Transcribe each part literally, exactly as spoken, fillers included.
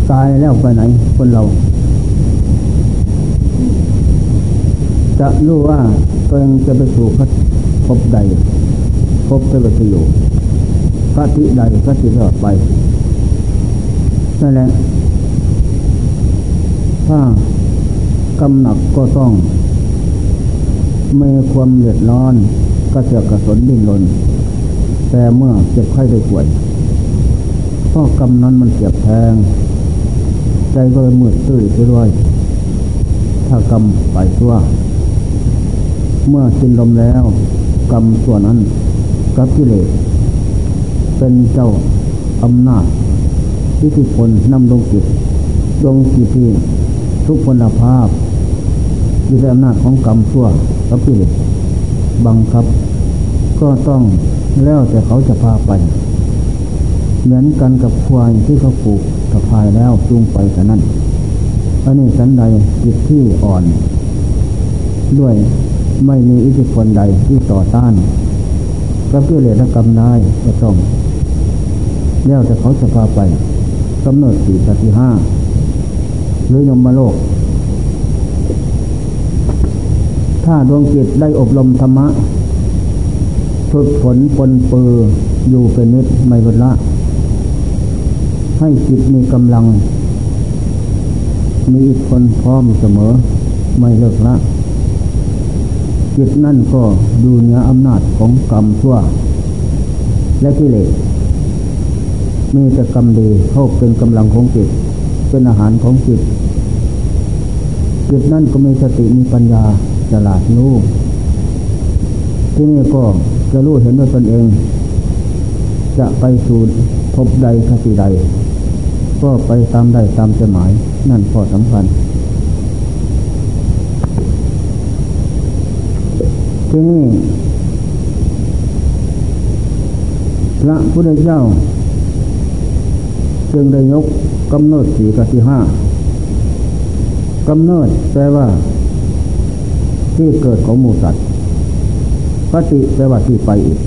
ตายแล้วไปไหนคนเราจะรู้ว่าตัวเองจะไปสู่ภพใดภพจะไปอยู่คติใดคติตลอดไปนั่นแหละถ้ากำหนักก็ต้องมีความเดือดร้อนกระเสือกกระสนดิ้นรนแต่เมื่อเจ็บไข้ได้ป่วยเพราะกรรมนั้นมันเจ็บแทงใจก็เลยมืดตื้อไปด้วยถ้ากรรมไปชั่วเมื่อสิ้นลมแล้วกรรมส่วนนั้นกับกิเลสเป็นเจ้าอำนาจอิทธิพลนำดวงจิตดวงจิตที่ทุกพลภาพอยู่ในอำนาจของกรรมชั่วกับกิเลสบังคับก็ต้องแล้วแต่เขาจะพาไปเหมือนกันกับควายที่เขาผูกสะพายแล้วจูงไปแต่นั้นอันนี้สันใดจิตที่อ่อนด้วยไม่มีอิทธิพลใดที่ต่อต้านกับกิเลสและกรรมได้ก็ต้องแล้วแต่เขาจะพาไปกำเนิดสี่สติห้าหรือยมโลกถ้าดวงจิตได้อบรมธรรมะฝึกฝนปนปืออยู่เป็นนิดไม่ลดละให้จิตมีกำลังมีอิทธิพลพร้อมเสมอไม่เลิกละจิตนั่นก็อยู่เหนืออำนาจของกรรมชั่วและกิเลสมีแต่กรรมดีเข้าเป็นกำลังของจิตเป็นอาหารของจิตจิตนั่นก็มีสติมีปัญญาฉลาดรู้ที่นี่ก็จะรู้เห็นด้วยตนเองจะไปสู่ภพใดคติใดก็ไปตามได้ตามใจหมายนั่นข้อสำคัญที่นี่พระพุทธเจ้าจึงได้ยกกำเนิดสี่กับที่ห้ากำเนิดแปลว่าที่เกิดของหมู่สัตว์คติแปลว่าที่ไปอีก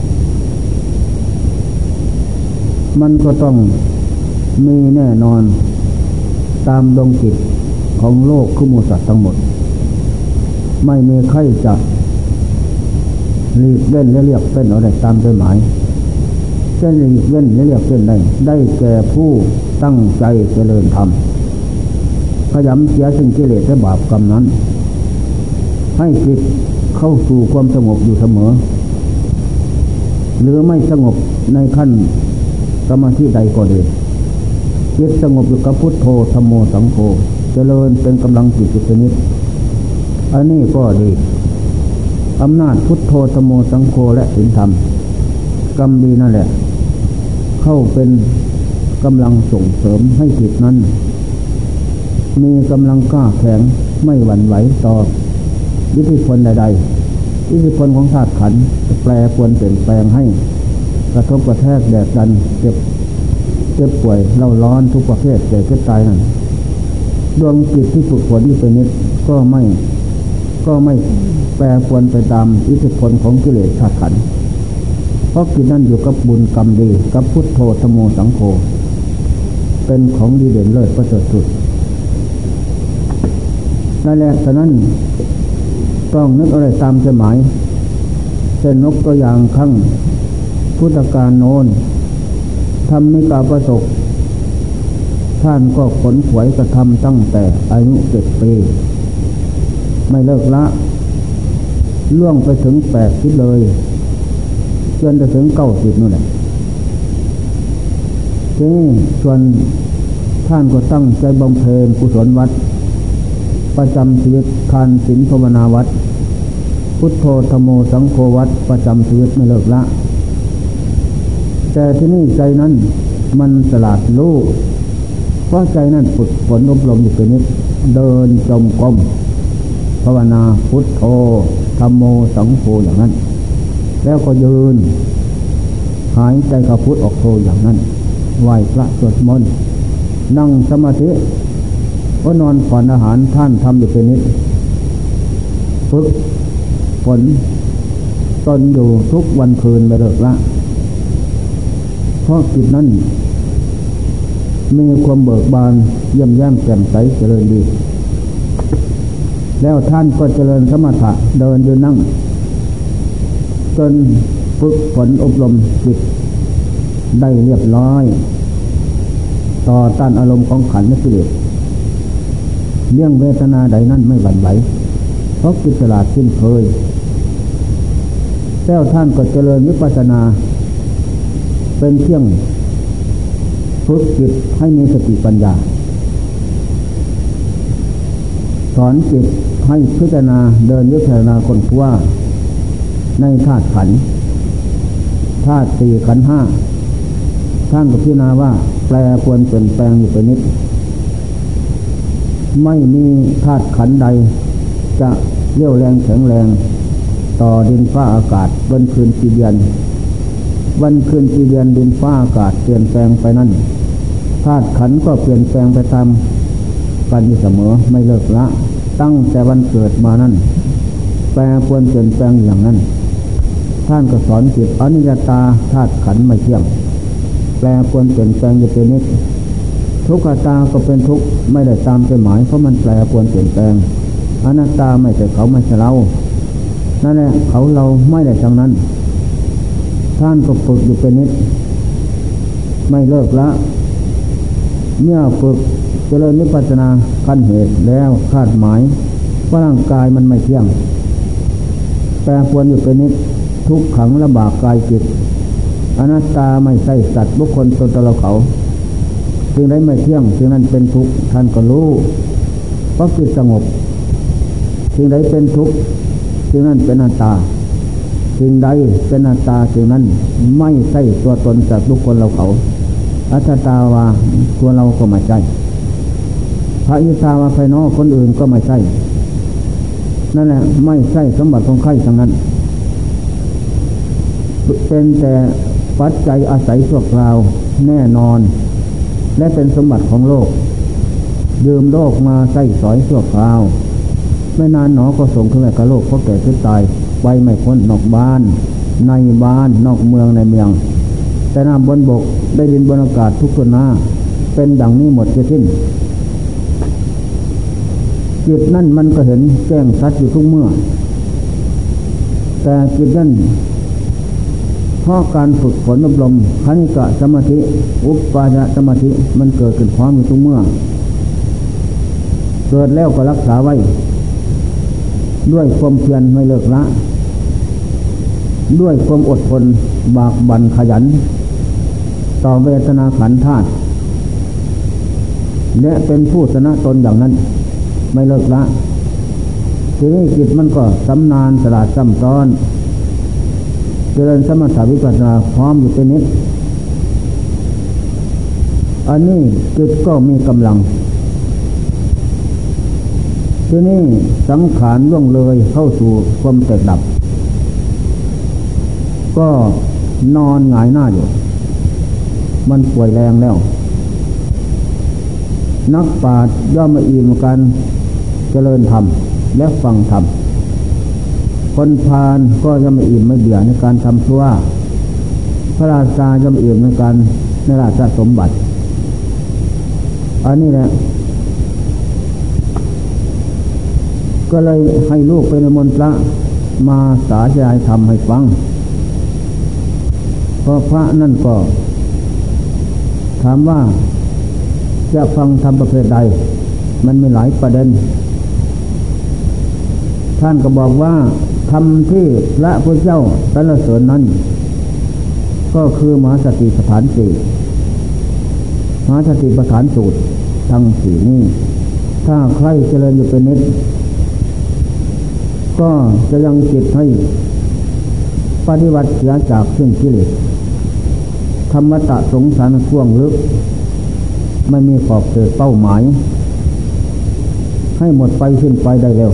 มันก็ต้องมีแน่นอนตามดวงจิตของโลกคือหมู่สัตว์ทั้งหมดไม่มีใครจะหลีกเล่นและเรียกเส้นเอาได้ตามใจหมายเส้นหลีกเล่นและเรียกเส้นได้ได้แก่ผู้ตั้งใจเจริญธรรมขยำเสียสิ่งกิเลสและบาปกรรมนั้นให้จิตเข้าสู่ความสงบอยู่เสมอหรือไม่สงบในขั้นสมาธิใดก็ดีจิตสงบอยู่กับพุทโธธัมโมสังโฆเจริญเป็นกำลังจิตจิตนิดอันนี้ก็ดีอำนาจพุทโธธัมโมสังโฆและศีลธรรมกรรมดีนั่นแหละเข้าเป็นกำลังส่งเสริมให้จิตนั้นมีกำลังกล้าแข็งไม่หวั่นไหวต่ออิทธิพลใดๆอิทธิพลของธาตุขันธ์แปรปรวนเปลี่ยนแปลงให้กระทบกระแทกแดดดันเจ็บเจ็บป่วยเล่าร้อนทุกประเภทแก่เจ็บตายนั่นดวงจิตที่ฝึกฝนอยู่เป็นนิดก็ไม่ก็ไม่แปรปรวนไปตามอิทธิพลของกิเลสธาตุขันธ์เพราะจิตนั้นอยู่กับบุญกรรมดีกับพุทโธธัมโมสังโฆเป็นของดีเด่นเลิศประเสริฐสุดนั่นแหละฉะนั้นต้องนึกอะไรตามใจหมายเช่นนกตัวอย่างครั้งพุทธกาลโน้นทำมิกาประสบท่านก็ขนขวยกระทำตั้งแต่อายุเจ็ดปีไม่เลิกละล่วงไปถึงแปดสิบเลยจนจะถึงเก้าสิบนู่นแหละทีนี้ส่วนท่านก็ตั้งใจบำเพ็ญกุศลวัดประจำชีวิตทานศีลภาวนาวัดพุทโธธัมโมสังโฆวัดประจำชีวิตไม่เลิกละแต่ที่นี่ใจนั้นมันฉลาดรู้เพราะใจนั้นฝึกฝนอบรมอยู่เป็นนิดเดินจมกรมภาวนาพุทโธธัมโมสังโฆอย่างนั้นแล้วก็ยืนหายใจเข้าพุทออกโธอย่างนั้นไหว้พระสวดมนต์นั่งสมาธิก็นอนผ่อนอาหารท่านทำอยู่เป็นนิดฝึกฝนตนอยู่ทุกวันคืนไม่เลิกละเพราะจิตนั้นมีความเบิกบานเยี่ยมแย้มแจ่มใสเจริญดีแล้วท่านก็เจริญสมถะเดินยืนนั่งจนฝึกฝนอบรมจิตได้เรียบร้อยต่อต้านอารมณ์ของขันธ์และกิเลสเรื่องเวทนาใดนั้นไม่หวั่นไหวเพราะกิจฉลาดสิ้นเคยแล้วท่านก็เจริญวิปัสสนาเป็นเครื่องฝึกจิตให้มีสติปัญญาสอนจิตให้พิจารณาเดินวิปัสสนาค้นคว้าในธาตุขันธ์ธาตุสี่ขันธ์ห้าท่านก็พิจารณาว่าแปรปรวนเปลี่ยนแปลงอยู่เป็นนิดไม่มีธาตุขันธ์ใดจะเรี่ยวแรงแข็งแรงต่อดินฟ้าอากาศวันคืนปีเดือนวันคืนปีเดือนดินฟ้าอากาศเปลี่ยนแปลงไปนั่นธาตุขันธ์ก็เปลี่ยนแปลงไปตามกันอยู่เสมอไม่เลิกละตั้งแต่วันเกิดมานั่นแปรปรวนเปลี่ยนแปลงอย่างนั้นท่านก็สอนจิตอนิจจตาธาตุขันธ์ไม่เที่ยงแปรปรวนเปลี่ยนแปลงอยู่เป็นนิดทุกขตาก็เป็นทุกข์ไม่ได้ตามใจหมายเพราะมันแปรปรวนเปลี่ยนแปลงอนัตตาไม่ใช่เขาไม่ใช่เรานั่นแหละเขาเราไม่ได้ทั้งนั้นท่านก็ฝึกอยู่เป็นนิดไม่เลิกละเมื่อฝึกเจริญวิปัสสนาขั้นเหตุแล้วคาดหมายว่าร่างกายมันไม่เที่ยงแปรปรวนอยู่เป็นนิดทุกขังลำบากกายจิตอนัตตาไม่ใช่สัตว์บุคคลตนตนเราเขาสิ่งใดไม่เที่ยงสิ่งนั้นเป็นทุกข์ท่านก็รู้เพราะจิตสงบสิ่งใดเป็นทุกข์สิ่งนั้นเป็นอนัตตาสิ่งใดเป็นอนัตตาสิ่งนั้นไม่ใช่ตัวตนสัตว์บุคคลเราเขาอัตตาวาตัวเราก็ไม่ใช่พระอิสาวาภายนอกคนอื่นก็ไม่ใช่นั่นแหละไม่ใช่สมบัติของใครทั้งนั้นเป็นแต่ปัจจัยอาศัยชั่วคราวแน่นอนและเป็นสมบัติของโลกยืมโลกมาใช้สอยชั่วคราวไม่นานหนอก็ส่งขึ้นไปกับโลกเพราะแก่ทุกตายไปไม่พ้นนอกบ้านในบ้านนอกเมืองในเมืองแต่น้ำบนบกได้ดินบนอากาศทุกตัวหน้าเป็นดังนี้หมดจะสิ้นจิตนั่นมันก็เห็นแจ้งชัดอยู่ทุกเมื่อแต่จิตนั่นเพราะการฝึกฝนอบรมคณิกะสมาธิอุปปาจารสมาธิมันเกิดขึ้นพร้อมอยู่ทุกเมื่อเกิดแล้วก็รักษาไว้ด้วยความเพียรไม่เลิกละด้วยความอดทนบากบั่นขยันต่อเวทนาขันธ์ธาตุและเป็นผู้ชนะตนอย่างนั้นไม่เลิกละทีนี้จิตมันก็สำนานสลาดซ้ำซ้อนเจริญสมถะวิปัสสนาพร้อมอยู่เป็นนิดอันนี้จิตก็มีกำลังทีนี้สังขารล่วงเลยเข้าสู่ความแตกดับก็นอนหงายหน้าอยู่มันป่วยแรงแล้วนักปราชญ์ย่อมมาอิ่มกันเจริญธรรมและฟังธรรมคนพาลก็ย่อมมาอิ่มไม่เบื่อในการทำชั่วพระราชาย่อมอิ่มในการในราชสมบัติอันนี้แหละก็เลยให้ลูกไปนิมนต์พระมาสาธยายธรรมให้ฟังเพราะพระนั่นก็ถามว่าจะฟังธรรมประเภทใดมันมีหลายประเด็นท่านก็บอกว่าธรรมที่พระพุทธเจ้าสรรเสริญนั้นก็คือมหาสติปัฏฐานสี่มหาสติปัฏฐานสูตรทั้งสี่นี้ถ้าใครเจริญอยู่เป็นนิดก็จะยังจิตให้ปฏิวัติเสียจากซึ่งกิเลสธรรมตะสงสารกว้างลึกไม่มีขอบเขตเป้าหมายให้หมดไปสิ้นไปได้เร็ว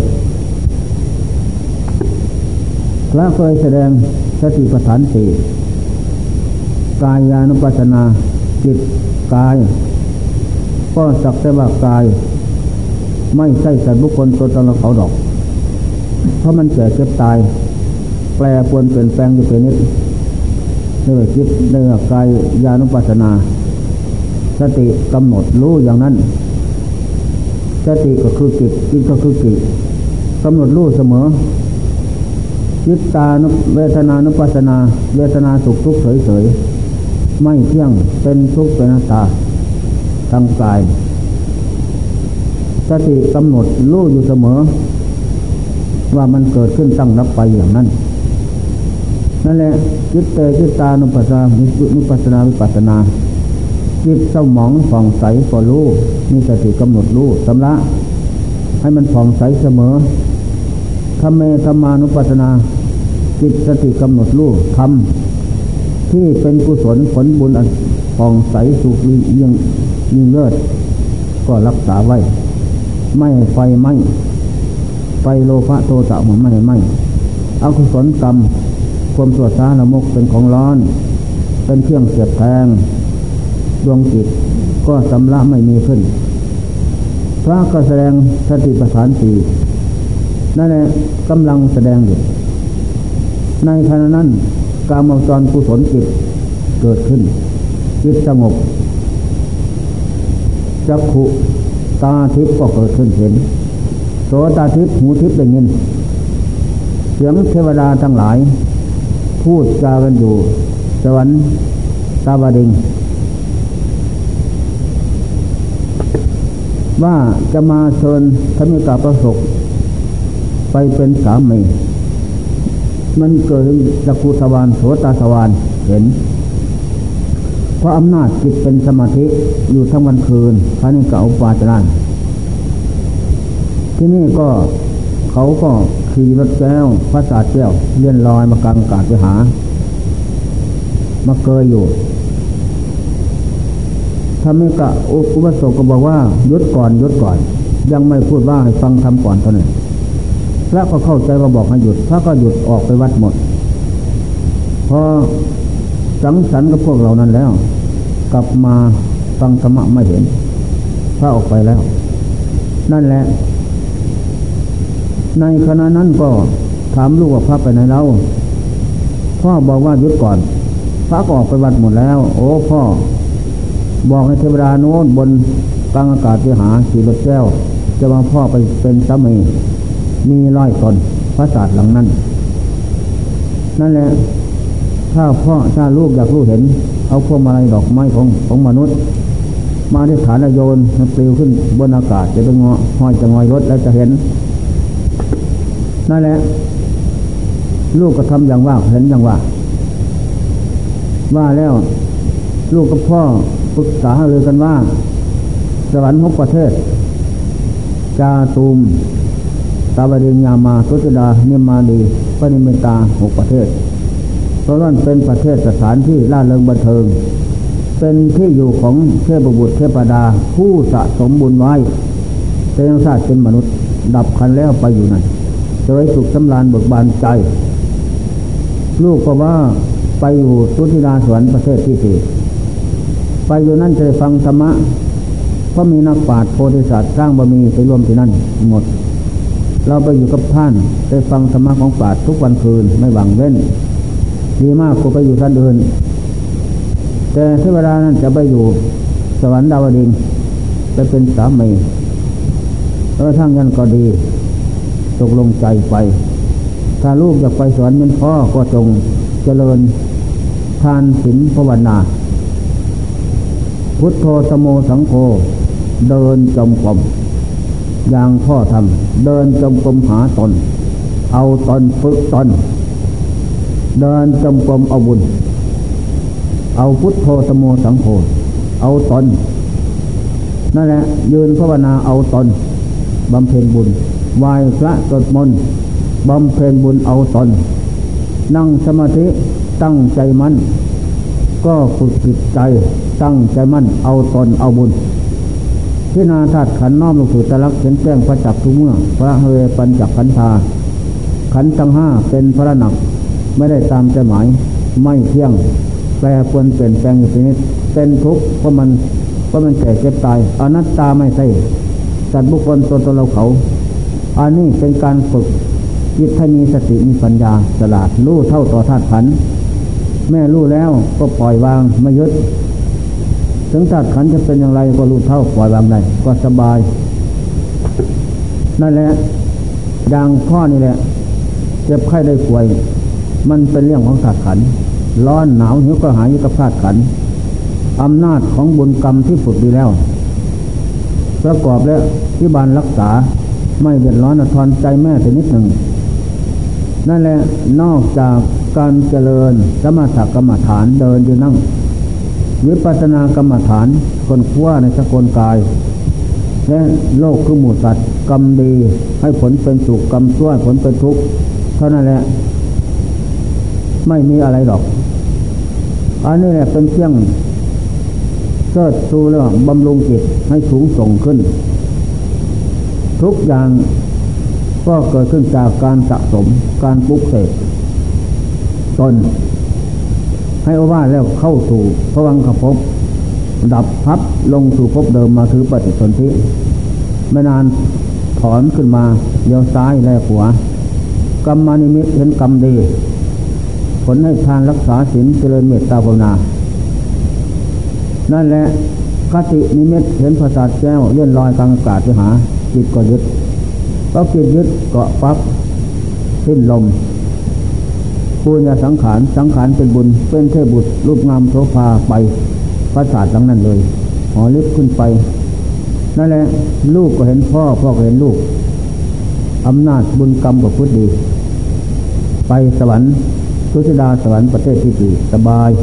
พระเคยแสดงสติปัฏฐานสี่กายานุปัสสนาจิตกายก็สักแต่ว่ากายไม่ใช่สัตว์บุคคลตัวตนเราเขาดอกเพราะมันแก่เจ็บตายแปรปรวนเปลี่ยนแปลงอยู่เป็นนิดเรื่องจิตเรื่องกายญาณุปัสสนาสติกำหนดรู้อย่างนั้นสติก็คือจิตจิตก็คือจิตกำหนดรู้เสมอจิตตานุเวทนานุปัสสนาเวทนาสุขทุกข์เฉยๆไม่เที่ยงเป็นทุกข์เป็นอนัตตาทางกายสติกำหนดรู้อยู่เสมอว่ามันเกิดขึ้นตั้งรับไปอย่างนั้นนั่นแหละจิตเตจิตตานุปัสสนานุปัสสนาวิปัสสนาจิตเศร้าหมองผ่องใสก็รู้มีสติกำหนดรู้สำละให้มันผ่องใสเสมอธรรมเมธรรมานุปัสสนาจิตสติกำหนดรู้ธรรมที่เป็นกุศลผลบุญผ่องใสสุขยิ่งยิ่งเลิศก็รักษาไว้ไม่ไฟไหม้ไฟโลภะโทสะมันไม่ไหม้อกุศลกรรมความชั่วช้าละมกเป็นของร้อนเป็นเครื่องเสียดแทงดวงจิตก็สำละไม่มีขึ้นพระก็แสดงสติปัฏฐานสี่นั่นแหละกำลังแสดงอยู่ในขณะนั้นกามวจรกุศลจิตเกิดขึ้นจิตสงบจักขุตาทิพย์ก็เกิดขึ้นเห็นโสตทิพย์หูทิพย์ได้ยินเสียงเทวดาทั้งหลายพูดจากันอยู่สวรรค์ตาบดิงว่าจะมาเชิญธรรมิกาประสบไปเป็นสามีมันเกิดจักขุทวารโสตทวารเห็นเพราะอำนาจจิตเป็นสมาธิอยู่ทั้งวันคืนพระนิกาอุปาจารย์ที่นี่ก็เขาก็ขี่รถแก้วพระศาสตร์แก้วเลื่อนลอยมากลางอากาศไปหามาเกยอยู่ธรรมิกะอุปสมบทก็บอกว่าหยุดก่อนหยุดก่อนยังไม่พูดว่าให้ฟังทำก่อนเท่านั้นพระก็เข้าใจว่าบอกให้หยุดพระก็หยุดออกไปวัดหมดพอสังสรรค์กับพวกเรานั้นแล้วกลับมาฟังธรรมะไม่เห็นพระออกไปแล้วนั่นแหละในขณะนั้นก็ถามลูกว่าพระไปไหนแล้วพ่อบอกว่าหยุดก่อนพระก็ออกไปวัดหมดแล้วโอ้พ่อบอกให้เทวดาโน้นบนกลางอากาศไปหาขี่รถแก้วจะมาพ่อไปเป็นสามีมีร้อยตนพระศาสตร์หลังนั้นนั่นแหละถ้าพ่อถ้าลูกอยากรู้เห็นเอาพวงมาลัยดอกไม้ของของมนุษย์มาที่ฐานโยนมันปลิวขึ้นบนอากาศจะไปงอห้อยจะงอยรถแล้วจะเห็นนั่นแหละลูกก็ทำอย่างว่าเห็นอย่างว่าว่าแล้วลูกกับพ่อปรึกษาเลยกันว่าสวรรค์หกประเทศจาตุมตาวดิญญามาตุติดาเนมาดีปณิเมตาหกประเทศเพราะนั่นเป็นประเทศสถานที่ล่าเริงบันเทิงเป็นที่อยู่ของเทพบุตรเทพดาผู้สะสมบุญไว้เป็นชาติเป็นมนุษย์ดับขันแล้วไปอยู่นั่นจะไว้สุขสำราญเบิกบานใจลูกก็ว่าไปอยู่ตุติดาสวรรค์ประเทศที่สี่ไปอยู่นั่นจะฟังธรรมะเพราะมีนักปราชญ์โพธิสัตว์สร้างบารมีไปรวมที่นั่นหมดเราไปอยู่กับท่านไปฟังธรรมะของปราชญ์ทุกวันคืนไม่หวังเว้นดีมากก็ไปอยู่ท่านอื่นแต่เทวดานั้นจะไปอยู่สวรรค์ดาวดึงส์ไปเป็นสามีแล้วทั้งนั้นก็ดีตกลงใจไปถ้าลูกอยากไปสวรรค์เป็นพ่อก็จงเจริญทานศีลภาวนาพุทโธธโมสังโฆเดินจมกรมอย่างพ่อทำเดินจมกรมหาตนเอาตนฝึกตนเดินจมกรมเอาบุญเอาพุทโธธโมสังโฆเอาตนนั่นแหละยืนภาวนาเอาตนบำเพ็ญบุญไหว้พระสวดมนต์บำเพ็ญบุญเอาตนนั่งสมาธิตั้งใจมั่นก็ฝึกจิตใจตั้งใจมั่นเอาตนเอาบุญพิจารณาธาตุขันธ์น้อมลงสู่ตรักเห็นแจ้งพระจักทุกเมื่อพระเวปัญจขันธาขันธ์ทั้งห้าเป็นพระหนักไม่ได้ตามใจหมายไม่เที่ยงแปรปรวนเปลี่ยนแปลงอยู่นิดเป็นทุกข์เพราะมันเพราะมันแก่เจ็บตายอนัตตาไม่ใช่สัตว์บุคคลตัวตนเราเขาอันนี้เป็นการฝึกจิตให้มีสติมีปัญญาฉลาดรู้เท่าต่อธาตุขันธ์แม่รู้แล้วก็ปล่อยวางไม่ยึดถึงธาตุขันธ์จะเป็นอย่างไรก็รู้เท่าปล่อยวางได้ก็สบายนั่นแหละดังพ่อนี่แหละเจ็บไข้ได้ป่วยมันเป็นเรื่องของธาตุขันธ์ร้อนหนาวหิวก็หายอยู่กับธาตุขันธ์อำนาจของบุญกรรมที่ฝึกดีแล้วประกอบแล้วที่บานรักษาไม่เดือดร้อนทอนใจแม่แต่นิดหนึ่งนั่นแหละนอกจากการเจริญสมถกรรมฐานเดินยืนนั่งวิปัสสนากรรมฐานคนคว้าในสกลกายและโลกคือหมู่สัตว์กรรมดีให้ผลเป็นสุขกรรมชั่วผลเป็นทุกข์เท่านั้นแหละไม่มีอะไรหรอกอันนี้แหละเป็นเครื่องเชิดชูเรื่องบำรุงจิตให้สูงส่งขึ้นทุกอย่างก็เกิดขึ้นจากการสะสมการปลุกเสกตนให้อว่าแล้วเข้าสู่ภวังคภพดับพับลงสู่ภพเดิมมาถือปฏิสนธิไม่นานถอนขึ้นมาเลี้ยวซ้ายแลขวากรรมานิมิตเห็นกรรมดีผลให้ทานรักษาศีลเจริญเมตตาภาวนานั่นแหละคตินิมิตเห็นพระศาสแก้วเลื่อนลอยกลางอากาศไปหาจิตก็ยึดก็จิตยึดเกาะปั๊บสิ้นลมปุญญสังขารสังขารเป็นบุญเป็นเทพบุตรรูปงามโสภาไปพระศาสหลังนั้นเลยหอลิฟขึ้นไปนั่นแหละลูกก็เห็นพ่อพ่อก็เห็นลูกอำนาจบุญกรรมกับพุทธดีไปสวรรค์สุธิดาสวรรค์ประเทศที่ดีสบาย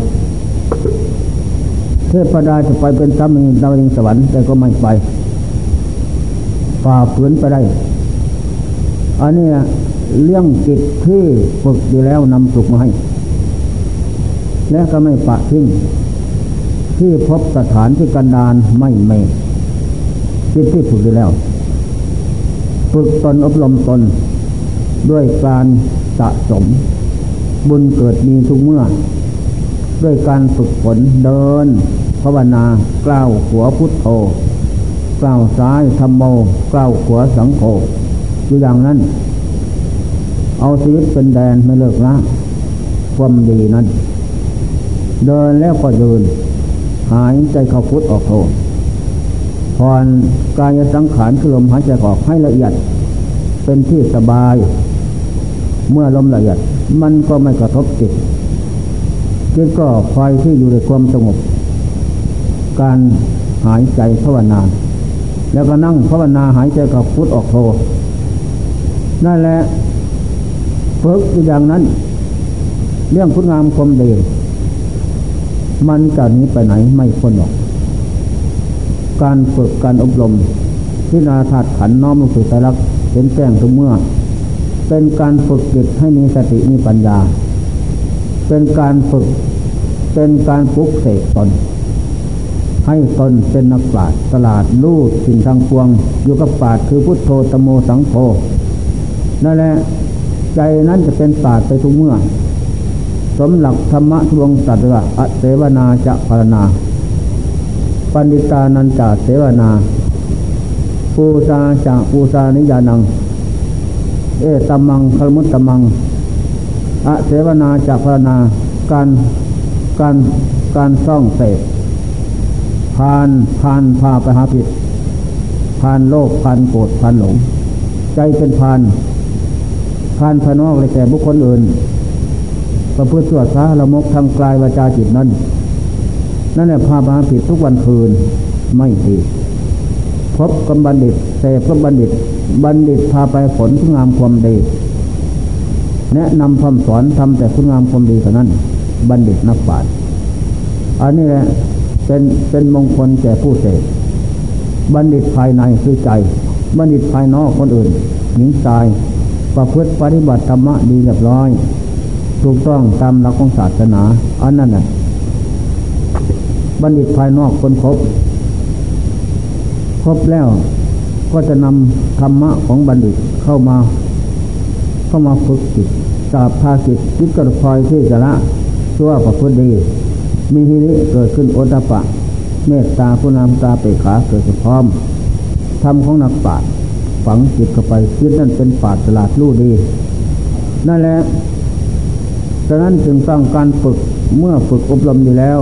เทพดาจะไปเป็นสามีดาวดึงสวรรค์แต่ก็ไม่ไปฝ่าฝืนไปได้อันนี้เรื่องจิตที่ฝึกดีแล้วนำสุขมาให้และก็ไม่ปะทิ้งที่พบสถานที่กันดารไม่เมจิตที่ฝึกดีแล้วฝึกตนอบรมตนด้วยการสะสมบุญเกิดมีทุกเมื่อด้วยการฝึกฝนเดินภาวนากล่าวขัวพุทโธกล่าวซ้ายธัมโมกล่าวขวาสังโฆอยู่อย่างนั้นเอาชีวิตเป็นแดนไม่เลิกละความดีนั้นเดินแล้วก็ยืนหายใจเข้าพุทออกโธผ่อนกายสังขารคือลมหายใจออกให้ละเอียดเป็นที่สบายเมื่อลมละเอียดมันก็ไม่กระทบจิตจิตก็คอยที่อยู่ในความสงบการหายใจภาวนาแล้วก็นั่งภาวนาหายใจเข้าพุทออกโธนั่นแหละฝึกอย่างนั้นเรื่องคุณงามความดีมันจะหนีไปไหนไม่พ้นหรอกการฝึกการอบรมพิจารณาธาตุขันธ์น้อมลงสู่ไตรลักษณ์เห็นแจ้งทุกเมื่อเป็นการฝึกจิตให้มีสติมีปัญญาเป็นการฝึกเป็นการปลุกเสกตนให้ตนเป็นนักปราชญ์ฉลาดรู้สิ่งทางปวงอยู่กับปราชญ์คือพุทโธธัมโมสังโฆนั่นแหละใจนั้นจะเป็นปราชญ์ไปทุกเมื่อสมหลักธรรมะทวงตัดว่าอเสวนาจะภารณาปันดิตานันจะเสวนาปูชาจะปูชานิยานังเอตัมมังคลมุตตมังอเสวนาจะภารณาการการการซ่องเสพพานพานพาไปหาผิดพานโลภพานโกรธพานหลงใจเป็นพานพานภายนอกเลยแต่บุคคลอื่นประพฤติชั่วช้าละมกทำกลายวาจาจิตนั้นนั่นแหละพาไปหาผิดทุกวันคืนไม่ดีพบกับบัณฑิตเสพกับบัณฑิตบัณฑิตพาไปผลคุณงามความดีแนะนำคำสอนทำแต่คุณงามความดีเท่านั้นบัณฑิตนักปราชญ์อันนี้แหละเป็นเป็นมงคลแก่ผู้เสพบัณฑิตภายในคือใจบัณฑิตภายนอกคนอื่นหญิงชายประพฤติปฏิบัติธรรมะดีเรียบร้อยถูกต้องตามหลักของศาสนาอันนั้นน่ะบัณฑิตภายนอกคนครบครบแล้วก็จะนำธรรมะของบัณฑิตเข้ามาเข้ามาฝึกจิตสาภาจิตจิตก็คอยที่จะละชั่วประพฤติดีมีหิริเกิดขึ้นโอตตัปปะเมตตาคุณามตาเปขาเกิดขึ้นพร้อมธรรมของนักปราชญ์ฝังจิตเข้าไปจิตนั่นเป็นปราชญ์ฉลาดรู้ดีนั่นแหละฉะนั้นจึงต้องการฝึกเมื่อฝึกอบรมดีแล้ว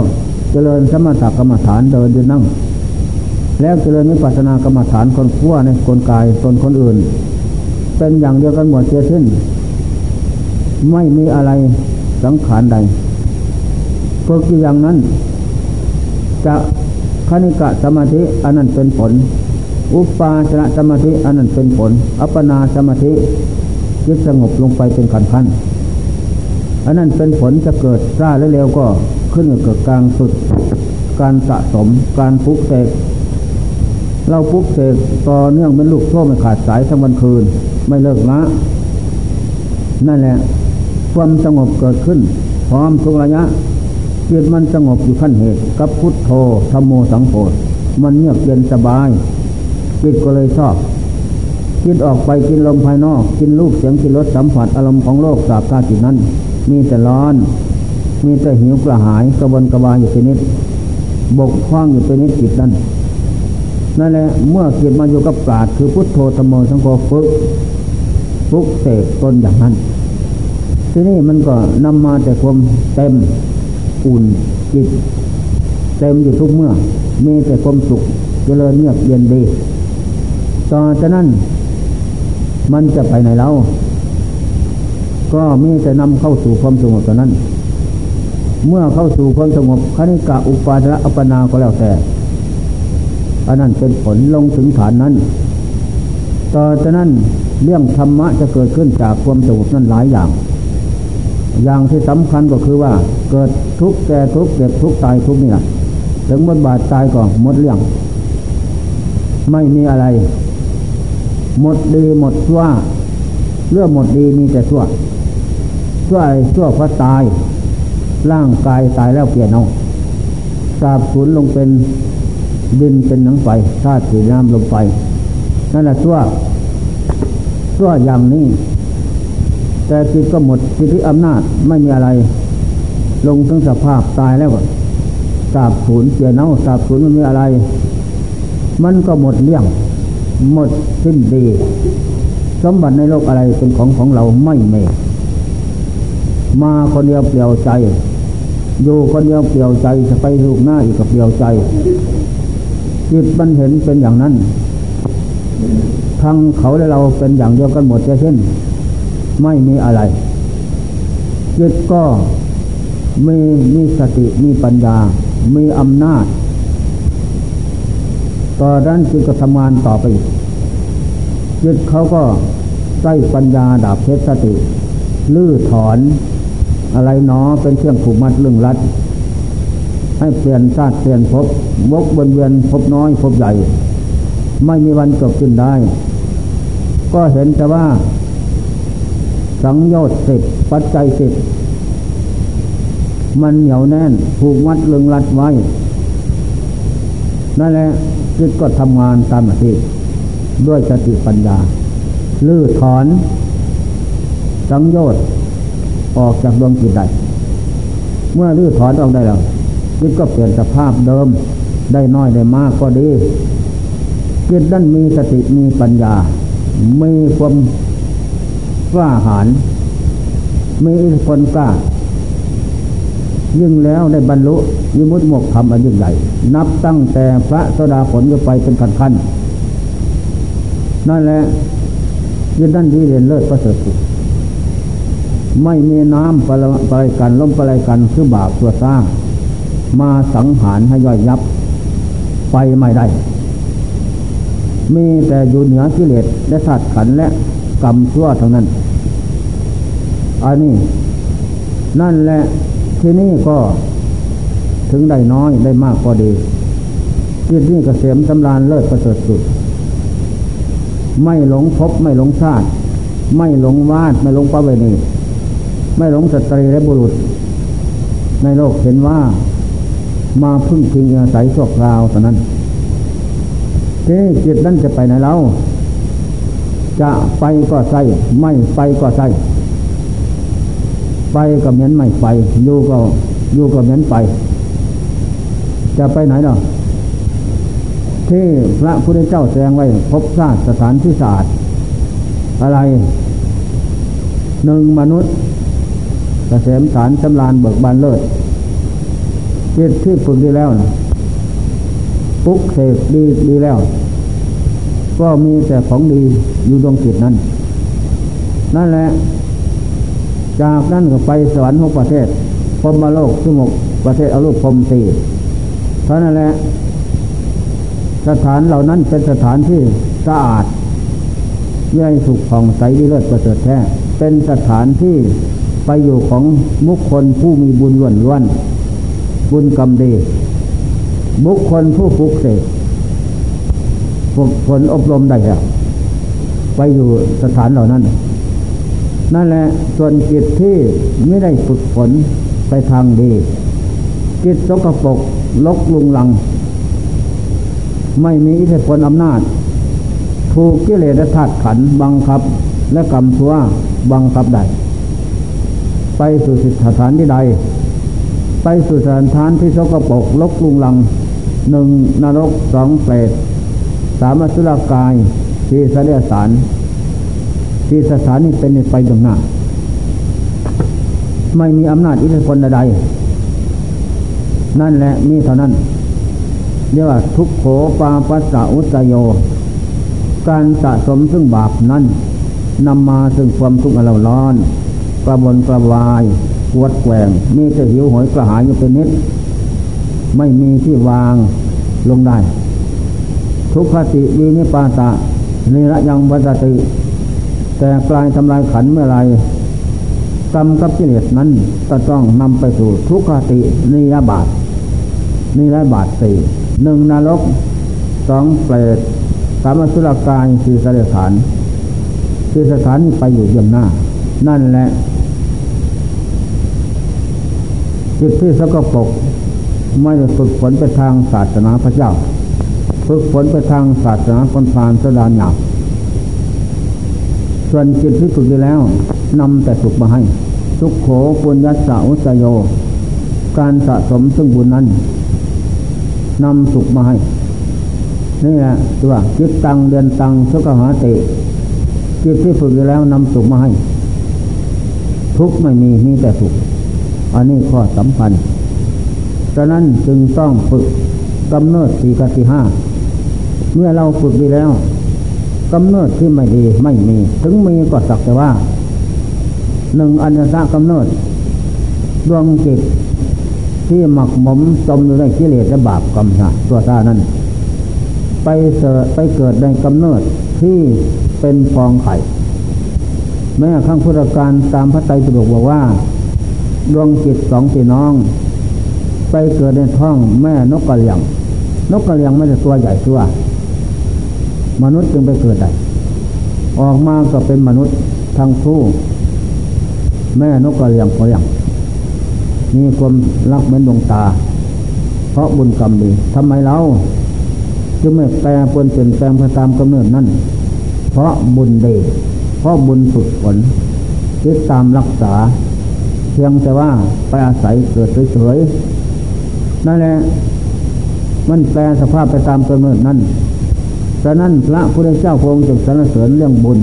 เจริญสมถกรรมฐานเดินยืนนั่งแล้วเจริญวิปัสสนากรรมฐานคนขั้วในกลกายตนคนอื่นเป็นอย่างเดียวกันหมดเสียสิ้นไม่มีอะไรสังขารใดฝึกอย่างนั้นจะคณิกะสมาธิอันนั้นเป็นผลอุปาจารสมาธิอันนั้นเป็นผลอัปปนาสมาธิจิตสงบลงไปเป็นขั้นขั้นอันนั้นเป็นผลจะเกิดช้าและเร็วก็ขึ้นกับเกิดกลางสุดการสะสมการปลุกเสกเราปลุกเสกต่อเนื่องเป็นลูกโซ่ไม่ขาดสายทั้งวันคืนไม่เลิกละนั่นแหละความสงบเกิดขึ้นพร้อมทุกระยะจิตมันสงบอยู่ขั้นเหตุกับพุทโธธัมโมสังโฆมันเงียบเย็นสบายจิตก็เลยชอบจิตออกไปกินลมภายนอกกินรูปเสียงกินรสสัมผัสอารมณ์ของโลกสาบซ่านจิตนั้นมีแต่ร้อนมีแต่หิวกระหายกระวนกระวายอยู่เป็นนิดบกพร่องอยู่เป็นนิดจิตนั้นนั่นแหละเมื่อจิตมาอยู่กับปราชญ์คือพุทโธธัมโมสังโฆฝึกปลุกเสกตนอย่างนั้นที่นี่มันก็นำมาแต่ความเต็มอุ่นจิตเต็มอยู่ทุกเมื่อมีแต่ความสุขเจริญเงียบเย็นดีต่อจากนั้นมันจะไปไหนแล้วก็มีแต่นำเข้าสู่ความสงบเท่านั้นเมื่อเข้าสู่ความสงบคณิกะอุปาจาระอัปปนาก็แล้วแต่อันนั้นเป็นผลลงถึงฐานนั้นต่อจากนั้นเรื่องธรรมะจะเกิดขึ้นจากความสงบนั้นหลายอย่างอย่างที่สำคัญก็คือว่าเกิดทุกข์แก่ทุกข์เจ็บทุกข์ตายทุกข์นี่แหละถึงหมดบาดตายก็หมดเรื่องไม่มีอะไรหมดดีหมดชั่วเรื่องหมดดีมีแต่ชั่วชั่วอะไรชั่วเพราะตายร่างกายตายแล้วเปลี่ยนเอาสาบสูญลงเป็นดินเป็นหนังไฟธาตุสีน้ำลงไปนั่นแหละชั่วชั่วอย่างนี้แต่จิตก็หมดสิทธิอำนาจไม่มีอะไรลงถึงสภาพตายแล้วก็สาบสูญเปลี่ยนเอาสาบสูญไม่มีอะไรมันก็หมดเรื่องหมดสิ้นดีสมบัติในโลกอะไรเป็นของของเราไม่มีมาคนเดียวเปลี่ยวใจอยู่คนเดียวเปลี่ยวใจจะไปลูกหน้าอีกกับเปลี่ยวใจจิตมันเห็นเป็นอย่างนั้นทั้งเขาและเราเป็นอย่างเดียวกันหมดเช่นไม่มีอะไรจิตก็มีมีสติมีปัญญามีอำนาจต่อด้านจิตก็ทำงานต่อไปจิตเขาก็ใช้ปัญญาดาบเพชรสติลื้อถอนอะไรหนอเป็นเครื่องผูกมัดลึงรัดให้เปลี่ยนชาติเปลี่ยนภพวกวนเวียนภพน้อยภพใหญ่ไม่มีวันจบสิ้นได้ก็เห็นแต่ว่าสังโยชน์สิบปัจจัยสิบมันเหนียวแน่นผูกมัดลึงรัดไว้นั่นแหละจิตก็ทำงานตามหน้าที่ด้วยสติปัญญาลื้อถอนสังโยชน์ออกจากดวงจิตได้เมื่อลื้อถอนออกได้แล้วจิตก็เปลี่ยนสภาพเดิมได้น้อยได้มากก็ดีจิตนั้นมีสติมีปัญญามีความกล้าหาญมีอิทธิพลกล้ายิ่งแล้วได้บรรลุวิมุตติโมกขธรรมอันยิ่งใหญ่นับตั้งแต่พระโสดาผลไปเป็นขั้นๆนั่นแหละจิตนั้นดีเด่นเลิศประเสริฐสุดไม่มีน้ำปะปะกันล้มปะไรกันคือบาปตัวสร้างมาสังหารให้ย่อยยับไปไม่ได้มีแต่อยู่เหนือกิเลสและธาตุขันธ์และกรรมชั่วเท่านั้นอันนี้นั่นแหละที่นี่ก็ถึงได้น้อยได้มากก็ดีจิตนี่เกษมสำราญเลิศประเสริฐสุดไม่หลงภพไม่หลงชาติไม่หลงวาดไม่หลงประเวณีไม่หลงสตรีและบุรุษในโลกเห็นว่ามาพึ่งพิงอาศัยชั่วคราวเท่านั้นที่จิตนั้นจะไปไหนแล้วจะไปก็ใส่ไม่ไปก็ใส่ไปก็เหมือนไม่ไปอยู่ก็อยู่ก็เหมือนไปจะไปไหนเนาะที่พระพุทธเจ้าแสดงไว้ภพชาติสถานที่ศาสตร์อะไรหนึ่งมนุษย์เกษมสารสำราญเบิกบานเลิศจิตที่ฝึกดีแล้วนะปลุกเสกดีดีแล้วก็มีแต่ของดีอยู่ดวงจิตนั้นนั่นแหละจากนั้นก็ไปสวรรค์หกประเทศพรหมโลกสมุกประเทศอรูปพรหมสี่เท่านั้นแหละสถานเหล่านั้นเป็นสถานที่สะอาดเยื่อสุขผ่องใสดีเลิศประเสริฐแท้เป็นสถานที่ไปอยู่ของบุคคลผู้มีบุญล้วนล้วนบุญกรรมดีบุคคลผู้ฝึกเสกฝึกฝนอบรมได้แล้วไปอยู่สถานเหล่านั้นนั่นแหละส่วนจิตที่ไม่ได้ฝึกฝนไปทางดีจิตสกปรกลกลุงลังไม่มีอิทธิพลอำนาจถูกกิเลสธาตุขันธ์บังคับและกรรมชั่วบังคับได้ไปสู่สถานที่ใดไปสู่สถานที่สกปรกลกลุงลังหนึ่งนรกสองเปรตสามอสุรกายสี่สัตว์เดรัจฉานที่สถานนี้เป็นไปตรงหน้าไม่มีอำนาจอิทธิพลใดนั่นแหละมีเท่านั้นเรียกว่าทุกโขปาปัสสะอุตโยการสะสมซึ่งบาปนั้นนำมาซึ่งความทุกข์อันร้อนกระวนกระวายปวดแกว่งมีแต่หิวโหยกระหายอยู่เป็นนิดไม่มีที่วางลงได้ทุกขติวินิปาตะนิระยังวัตติแต่กลายทำลายขันเมื่อไรกรรมกับกิเลสนั้นก็ต้องนำไปสู่ทุกขตินิยบาตนิยบาตสี่หนึ่งนรกสองเปรตสามอสุรกายสี่สัตว์เดรัจฉานสี่สถานนี้ไปอยู่เยี่ยมหน้านั่นแหละจิตที่สกปรกไม่ได้ฝึกฝนไปทางศาสนาพระเจ้าฝึกฝนไปทางศาสนาคนพาลสดานหยาบส่วนจิตที่ฝึกดีแล้วนำแต่สุขมาให้สุขโขปุญญัสสะอุตโยการสะสมซึ่งบุญนั้นนำสุขมาให้นี่แหละตัวจิตตังเดือนตังสุขหาติจิตที่ฝึกดีแล้วนำสุขมาให้ทุกข์ไม่มีมีแต่สุขอันนี้ข้อสำคัญฉะนั้นจึงต้องฝึกกำเนิดสี่กับสี่ห้าเมื่อเราฝึกดีแล้วกำเนิดที่ไม่ดีไม่มีถึงมีก็สักแต่ว่าหนึ่งอัญญสะกำเนิดดวงจิตที่หมักหมมจมอยู่ในกิเลสและบาปกรรมตัวตานั้นไปเสดไปเกิดในกำเนิดที่เป็นฟองไข่แม้ครั้งพุทธกาลตามพระไตรปิฎกบอกว่าดวงจิตสองพี่น้องไปเกิดในท้องแม่นกกระเลียงนกกระเลียงไม่ใช่ตัวใหญ่ตัวมนุษย์จึงไปเกิดได้ออกมาก็เป็นมนุษย์ทั้งคู่แม่นกกระเลียงกระเลียงมีความรักเหมือนดวงตาเพราะบุญกรรมดีทำไมเราจึงไม่แปลปรวนเปลี่ยนแปลงไปตามกำเนิดนั้นเพราะบุญดีเพราะบุญฝึกฝนติดตามรักษาเพียงแต่ว่าไปอาศัยเกิดเฉยๆนั่นแหละมันแปลสภาพไปตามกำเนิดนั้นฉะนั้นพระพุทธเจ้าพระองค์จึงสรรเสริญเรื่องบุญ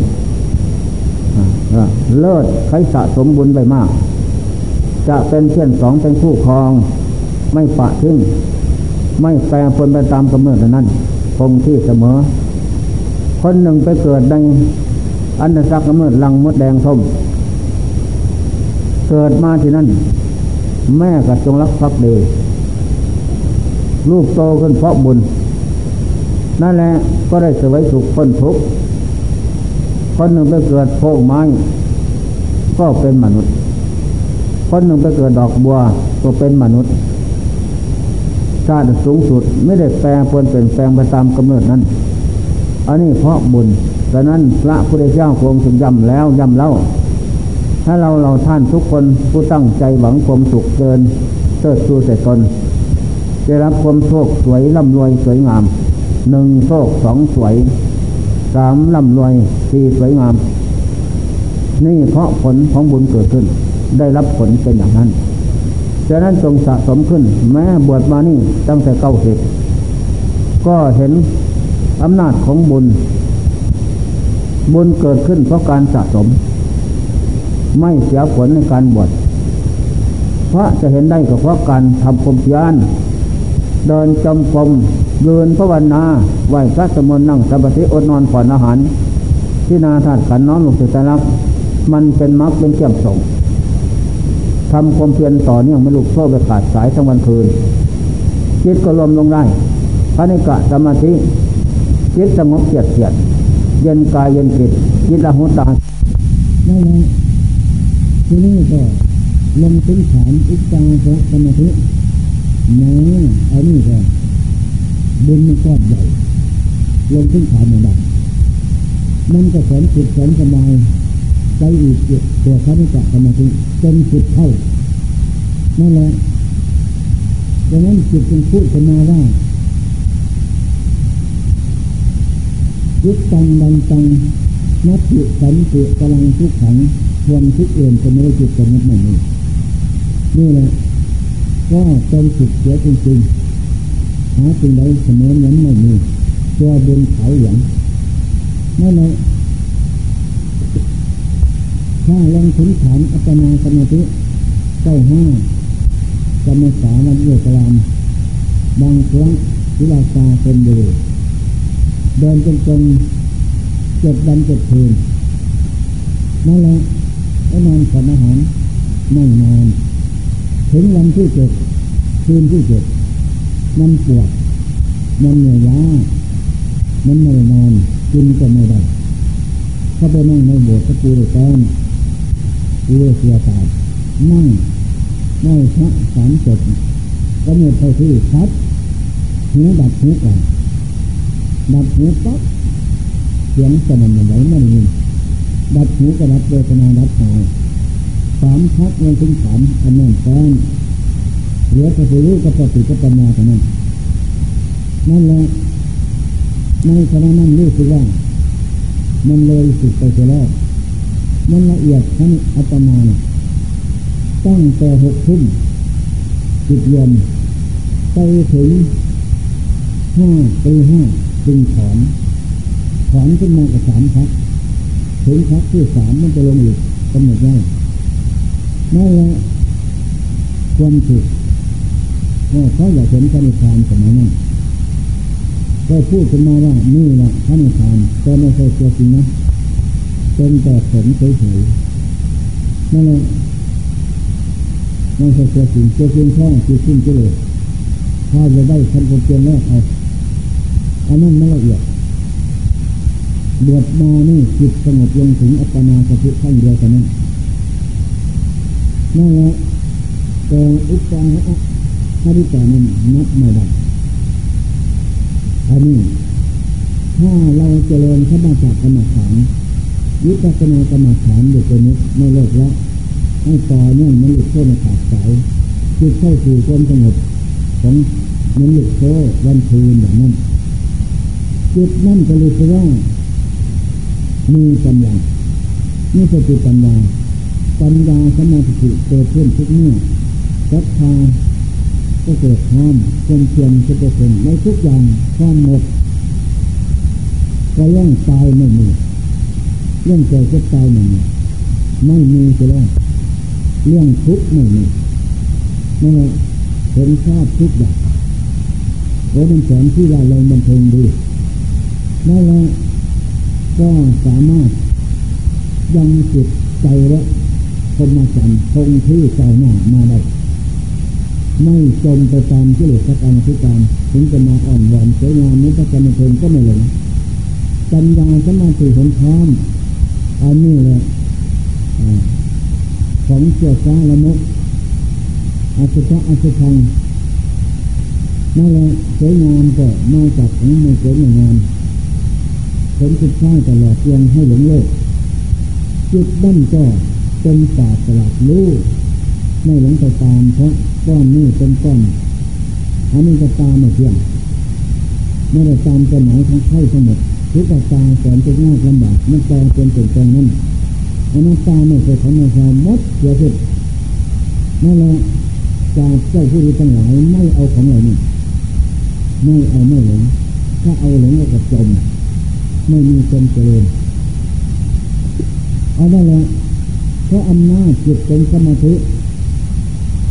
เลิศใครสะสมบุญไปมากจะเป็นเพื่อนสองเป็นคู่ครองไม่ปะทิ้งไม่แปรปรวนไปตามกำเนิดนั้นคงที่เสมอคนหนึ่งไปเกิดในอันตรสักกำเนิดลังมดแดงส้มเกิดมาที่นั่นแม่ก็จงรักภักดีลูกโตขึ้นเพราะบุญนั่นแหละก็ได้เสวยสุขพ้นทุกข์คนหนึ่งไปเกิดโพกไม้ก็เป็นมนุษย์คนหนึ่งไปเกิดดอกบัวก็เป็นมนุษย์ชาติสูงสุดไม่ได้แปลปรวนเปลี่ยนแปลงไปตามกำเนิดนั้นอันนี้เพราะบุญดังนั้นพระพุทธเจ้าคงถึงย้ำแล้วย้ำเล่าถ้าเราเราท่านทุกคนผู้ตั้งใจหวังความสุขเดินเติบโตแต่ตนได้รับความโชคสวยร่ำรวยสวยงามหนึ่งโชคสองสวยสามร่ำรวยสี่สวยงามนี่เพราะผลของบุญเกิดขึ้นได้รับผลเป็นอย่างนั้นฉะนั้นจงสะสมขึ้นแม้บวชมานี่ตั้งแต่เก้าสิบก็เห็นอำนาจของบุญบุญเกิดขึ้นเพราะการสะสมไม่เสียผลในการบวชพระจะเห็นได้ก็เพราะการทำความเพียรเดินจงกรมยืนภาวนาไหว้พระสวดมนต์นั่งสมาธิอดนอนผ่อนอาหารที่นาธาตุขันธ์น้อมลงสู่ใจรักมันเป็นมรรคเป็นเชื่อมส่งทำความเพียรต่อเนื่องไม่ลุกโซ่ไปขาดสายทั้งวันคืนจิตก็รวมลงได้พระนิกะสมาธิจิตสงบเฉียดเฉียดเย็นกายเย็นจิตจิตละหุตานั่นแหละที่นี่ก็ลงถึงฐานอุปจารสมาธิแม้อันนี้ก็บุญมันก้อนใหญ่ลงถึงฐานเหมือนกันมันก็แสนสุดแสนสบายใจอีกตัวพระนิกะสมาธิจนสุดเท่านั่นแหละดังนั้นจิตจึงพูดขึ้นมาว่ายุตตังดันตังนัตติสันติกำลังทุกขังความทุกข์เอื่นจะไม่ได้จิตสงบไม่มีนี่แหละก็เป็นสุดเสียจริงๆหาสิ่งใดเสมอนั้นไม่มีตัวบนเขาอย่างนั่นแหละถ้าลงถึงฐานอัปปนาสมาธิเก้าห้ากรรมฐานวันเอกลามบางครั้งวิลาสาเป็นเดือเดินจงกรมเจ็ดวันเจ็ดคืนนั่นแหละไอ้นอนฉันอาหารไม่นอนถึงวันที่เจ็ดคืนที่เจ็ดมันปวดมันเหนื่อยล้ามันไม่นอนกินก็ไม่ได้เข้าไปนั่งในโบสถ์พระปูริแตนปูริเสียตาดนั่งไม่พระสามจบก็เมื่อไปที่คัดหูดับหูก่อนดับหูปั๊บเสียงสนั่นไหวไม่ได้ยินดับหูก็ดับเวทนาดับกายสามพักลงถึงสามอันนั้นแฟนเหลือแต่ผู้รู้กับสติกับปัญญาเท่านั้นนั่นแหละในขณะนั้นรู้สึกว่ามันเลยสุดไปเสียแล้วมันละเอียดขั้นอัปปนาเนี่ยตั้งแต่หกทุ่มจิตรวมไปถึงห้าตีห้าจึงถอนถอนขึ้นมากับสามพักถึงพักที่สามมันจะลงอีกกำหนดไว้นั่นแหละความถูกเขาอยากเห็นพระนิพพานสมัยนั้นก็พูดขึ้นมาว่านี่แหละพระนิพพานแต่ไม่ใช่ตัวจริงนะเป็นแต่ผลเฉยๆนั่นแหละไม่ใช่ตัวจริงตัวจริงแค่คือสิ้นกิเลสถ้าจะได้ขั้นความเพียรแรกเอาอันนั้นไม่ละเอียดบวชมานี่จิตสงบลงถึงอัปปนาสติขั้นเดียวกันนั้นนั่นแหละแต่อุปจารพระนิกะนั้นนับไม่ได้อันนี้ถ้าเราเจริญสมาธิกรรมฐานวิปัสสนากรรมฐานอยู่ตัวนี้ไม่เลิกละให้ต่อเนื่องมันหลุดโซ่ในขาดสายจิตเข้าสู่ความสงบของมันหลุดโซ่วันคืนอย่างนั้นจิตนั่นก็เลยว่ามีกำลังนี่สติปัญญาปัญญาสมาธิเกิดขึ้นทุกเมื่อศรัทธาก็เกิดความความเพียรก็จะเป็นในทุกอย่างความหมดก็เรื่องตายไม่มีเรื่องเกิดก็ตายไม่มีไม่มีจะแล้วเรื่องทุกข์ไม่มีนั่นแหละเห็นชาติทุกอย่างโอ้มันแสนที่เราลงบันเทิงดีนั่นแหละก็สามารถยังจิตใจและพรหมจรรย์คงที่ใจหน้ามาได้ไม่จมไปตามกิเลสกรรมทุกการถึงจะมาอ่อนหวานสวยงามนี้ก็จะมาเทิงก็ไม่หลงปัญญาสมาธิเห็นพร้อมอันนี้แหละของเจ้าฟ้าละมกอาสุภะอาสุพังนั่นแหละสวยงามก็มาจากของไม่สวยงามผลสุดท้ายตลอดยังให้หลงโลกจิตนั่นก็เป็นศาสตร์ตลาดรู้ไม่หลงไปตามเพราะก้อนนี้เป็นก้อนอันนี้ก็ตามไม่เที่ยงไม่ได้ตามกฎหมายของใครทั้งหมดทุกตาแสนจะยากลำบากมันแปลเป็นสิ่งแปลงนั้นอันนั้นตาไม่เคยทำให้เรามดเสียสุดนั่นแหละจากเจ้าผู้ดีทั้งหลายไม่เอาของเหล่านี้ไม่เอาไม่หลงถ้าเอาหลงก็จะจมไม่มีจมเจริญเอาได้แล้วเพราะอำนาจจิตเป็นสมาธิ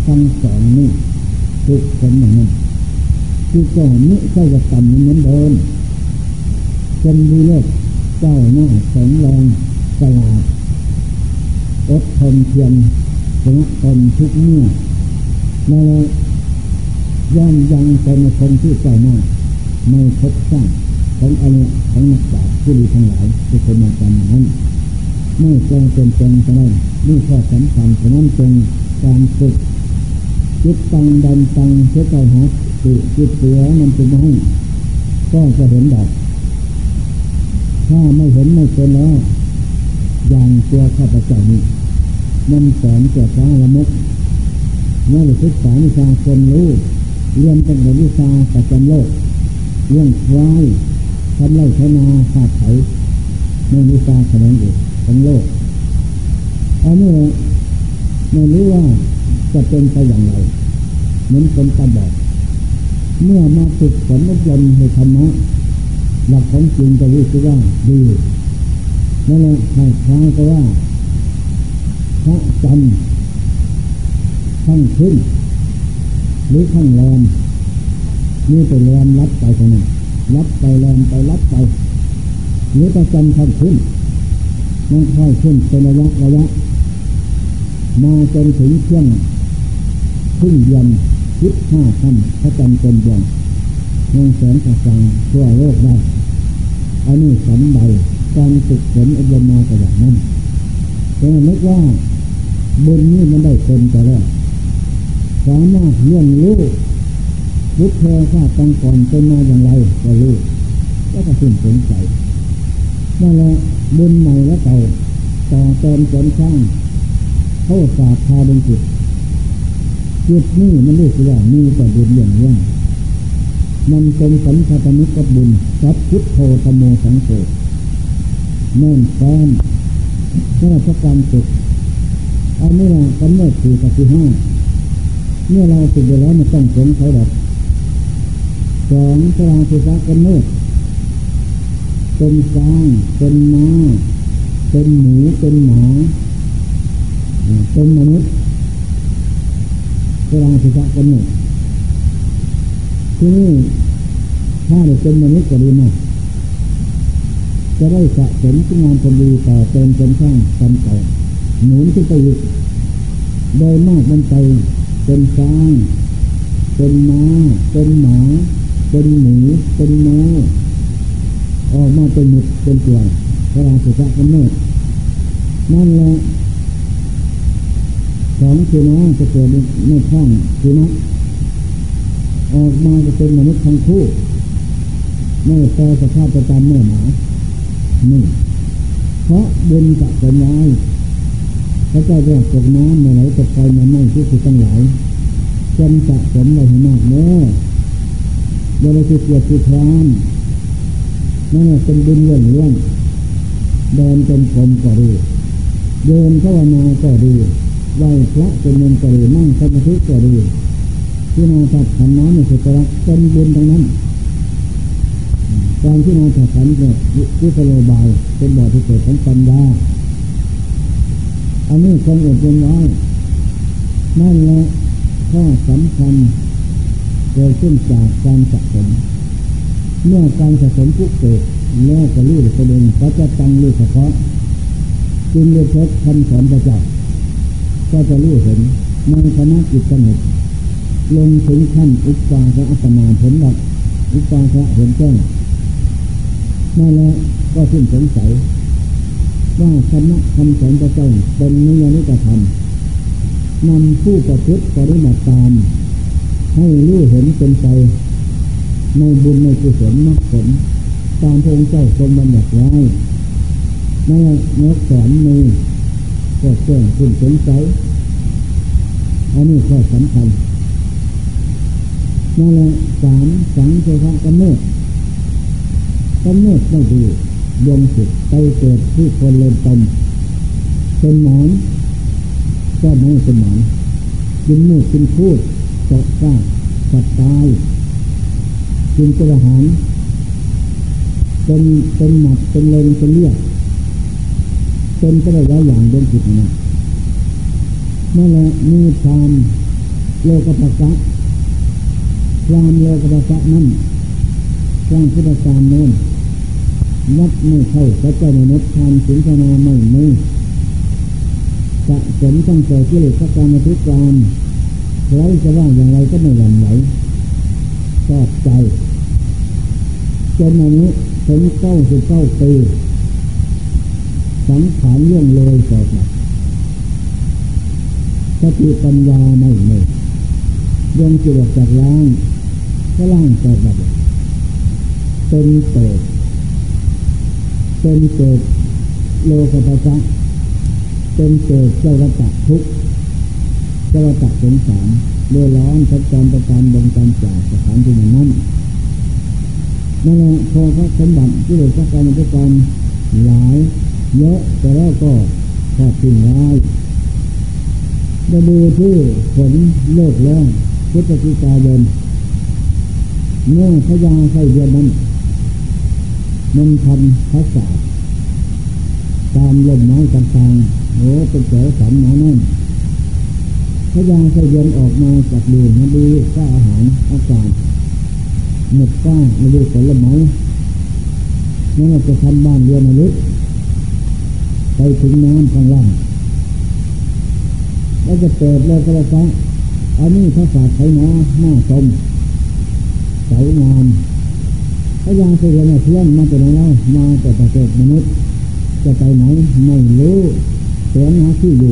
ทั้งสองนี่ฝึกฝนอย่างนั้นคือก่อนนี้ก็จะต่ำเหมือนเดิมจนดีเลิศเจ้าหน้าแข็งแรงฉลาดอดทนเพียรชนะตนทุกเมื่อและย่ำยังตนคงที่เจ้าหน้าไม่พบสร้างของอะไรของนักปราชญ์ผู้ดีทั้งหลายที่เป็นมาจากนั้นไม่แก้เป็นเป็นจะได้นี่ข้อสำคัญฉะนั้นจึงการฝึกจิตตังดันตังเพื่อใจหาจิตจิตเสือมันจะไม่ก็จะเห็นดอกถ้าไม่เห็นไม่เป็นแล้วอย่างตัวข้าพเจ้านี้มันแสนเกิดฟ้าละมุกเมื่อศึกษาวิชาความรู้เรียนตั้งแต่วิชาประจำโลกเรื่องควายทำไร่ทำนาขาดไถในวิชาแสดงอยู่ของโลกอันนี้ไม่รู้ว่าจะเป็นไปอย่างไรเหมือนคนตาบอดเมื่อมาฝึกฝนอบรมในธรรมะหลักของจริงจะรู้สึกว่าดีนั่นแหละคล้ายๆกับว่าพระจันทร์ข้างขึ้นหรือข้างแรมนี่ไปแรมรับไปตรงนั้นรับไปแรมไปรับไปหรือพระจันทร์ข้างขึ้นมันค่อยขึ้นเป็นระยะระยะมาจนถึงเที่ยงครึ่งเดือนสิบห้าค่ำพระจันทร์เต็มดวงมองแสงสว่างทั่วโลกได้อันนี้สันใดการฝึกฝนอบรมมาแต่อย่างนั้นแต่นึกว่าบุญนี้มันได้เป็นแต่แล้วสามารถเลื่อนรู้บุพเพชาติตั้งก่อนเป็นมาอย่างไรก็รู้แล้วก็สิ้นสงสัยนั่นแหละบุญใหม่และเก่าต่อเติมเสริมสร้างเข้าสาพาดวงจิตจิตนี่มันรู้สึกว่ามีแต่บุญอย่างเรื่องมันเป็นสัมพันธ์มิตรกับบุญสัพพุทโธธโมสังโฆแน่นแฟ้นนี่แหละการฝึกอันนี้เรากำเนิดสี่กับสี่ห้าเมื่อเราฝึกไปแล้วมันต้องสงสัยแบบสองสลาศึกษากำเนิดเป็นช้างเป็นม้าเป็นหมูเป็นหมาเป็นมนุษย์สลาศึกษากำเนิดที่นี่ถ้าได้เป็นมนุษย์ก็ดีมากจะได้สะสมงานความดีต่อเติมจนสร้างกรรมเก่าหนุนขึ้นไปอีกโดยมากมันไปเป็นช้างเป็นม้าเป็นหมาเป็นหมูเป็นแมวออกมาเป็นหมุดเป็นตัวเวลาศึกษากำเนิดนั่นแหละสองคือน้องจะเกิดในท้องคือน้องออกมาจะเป็นมนุษย์ทั้งคู่ไม่แปรสภาพประจำแม่หมานี่เพราะบุญจะเป็นไว้พระเจ้าเรียกตกน้ำมาไหลตกไฟมาไหม้ที่สุดทั้งหลายจนจะสมไว้ให้มากแน่โดยที่เกียรติครานนั่นเป็นบุญเรื่องเรื่องเดินจนกรมก็ดีเดินภาวนาก็ดีไหว้พระเป็นมนต์ก็ดีนั่งสมาธิก็ดีที่นาจัดขันน้ำในสุตระเป็นบุญทั้งนั้นการที่นาจัดขันเนี่ยวิปโลบายเป็นบ่อที่เกิดของปัญญาอันนี้คงอดเป็นไว้นั่นแหละข้อสำคัญเกิดขึ้นจากการสะสมเมื่อการสะสมทุกเกิดแล้วก็รู้ตัวเองก็จะตั้งรู้เฉพาะจึงเรียกว่าคำสอนพระเจ้าก็จะรู้เห็นในคณะจิตสงบลงถึงขั้นอุปาสะอัปปนาผลหลักอุปาสะเห็นแจ้งนั่นแหละก็สิ้นสงสัยว่าคณะคำสอนพระเจ้าเป็นนิยนิกธรรมนำผู้ประพฤติปฏิบัติตามให้รู้เห็นเป็นใจในบุญในกุศลมรรคผลตามพระองค์เจ้าทรงบัญญัติไว้นั่นแหละนักสอนมีก็เสื่อมสิ้นสงสัยอันนี้ข้อสำคัญนั่นแหละสามสังเสภะกำเนิดกำเนิดไม่ดีดวงจิตไปเกิดที่คนเล่นตมเป็นหมอนก็ไม่เป็นหมอนกินมูดกินพูดตกซากสัตว์ตายกินกระหายเป็นเป็นหมัดเป็นเลนเป็นเลือดเป็นก็ได้หลายอย่างดวงจิตนั้นนั่นแหละมีความโลกปัจจะความโลกปัจจะนั้นสร้างพุทธการโน้นวัดไม่เข้าพระเจ้าในนพทานสินธนาไม่มีจะสมตั้งใจกิเลสกรรมทุกกรรมใครจะว่าอย่างไรก็ไม่หวั่นไหวชอบใจจนอายุถึงเก้าสิบเก้าปีสังขารล่วงเลยต่อไปสติปัญญาไม่มีดวงจิตจากล้างก็ล้างต่อไปเป็นเปรตเป็นเปรตโลกปัจจะเป็นเปรตเจ้าวัฏทุกข์เจ้าวัฏสงสารเดือดร้อนทับจรประการบงการจากสถานที่นั้นนั่นแหละพอพระสมบัติที่ได้จากการในทุกการหลายเยอะแต่แล้วก็ทอดทิ้งไว้มาดูที่ผลโลกแล้วพุทธกิจายนเมื่อพญาไส้เดือนนั้นมันทำภาษาตามลมไม้ต่างๆโอ้เป็นแถวสันหนาแน่นพญาไส้เดือนออกมาจากดูมาดูค่าอาหารอากาศหมดก้ามาดูผลไม้นั่นจะทำบ้านเรือนลึกไปถึงน้ำข้างล่างแล้วจะเปิดโลกละซะอันนี้ภาษาไทยนะหน้าชมสวยงามพญาไส้เดือนเพื่อนมาจากไหนแล้วมาจากประเทศมนุษย์จะไปไหนไม่รู้เสียงหาที่อยู่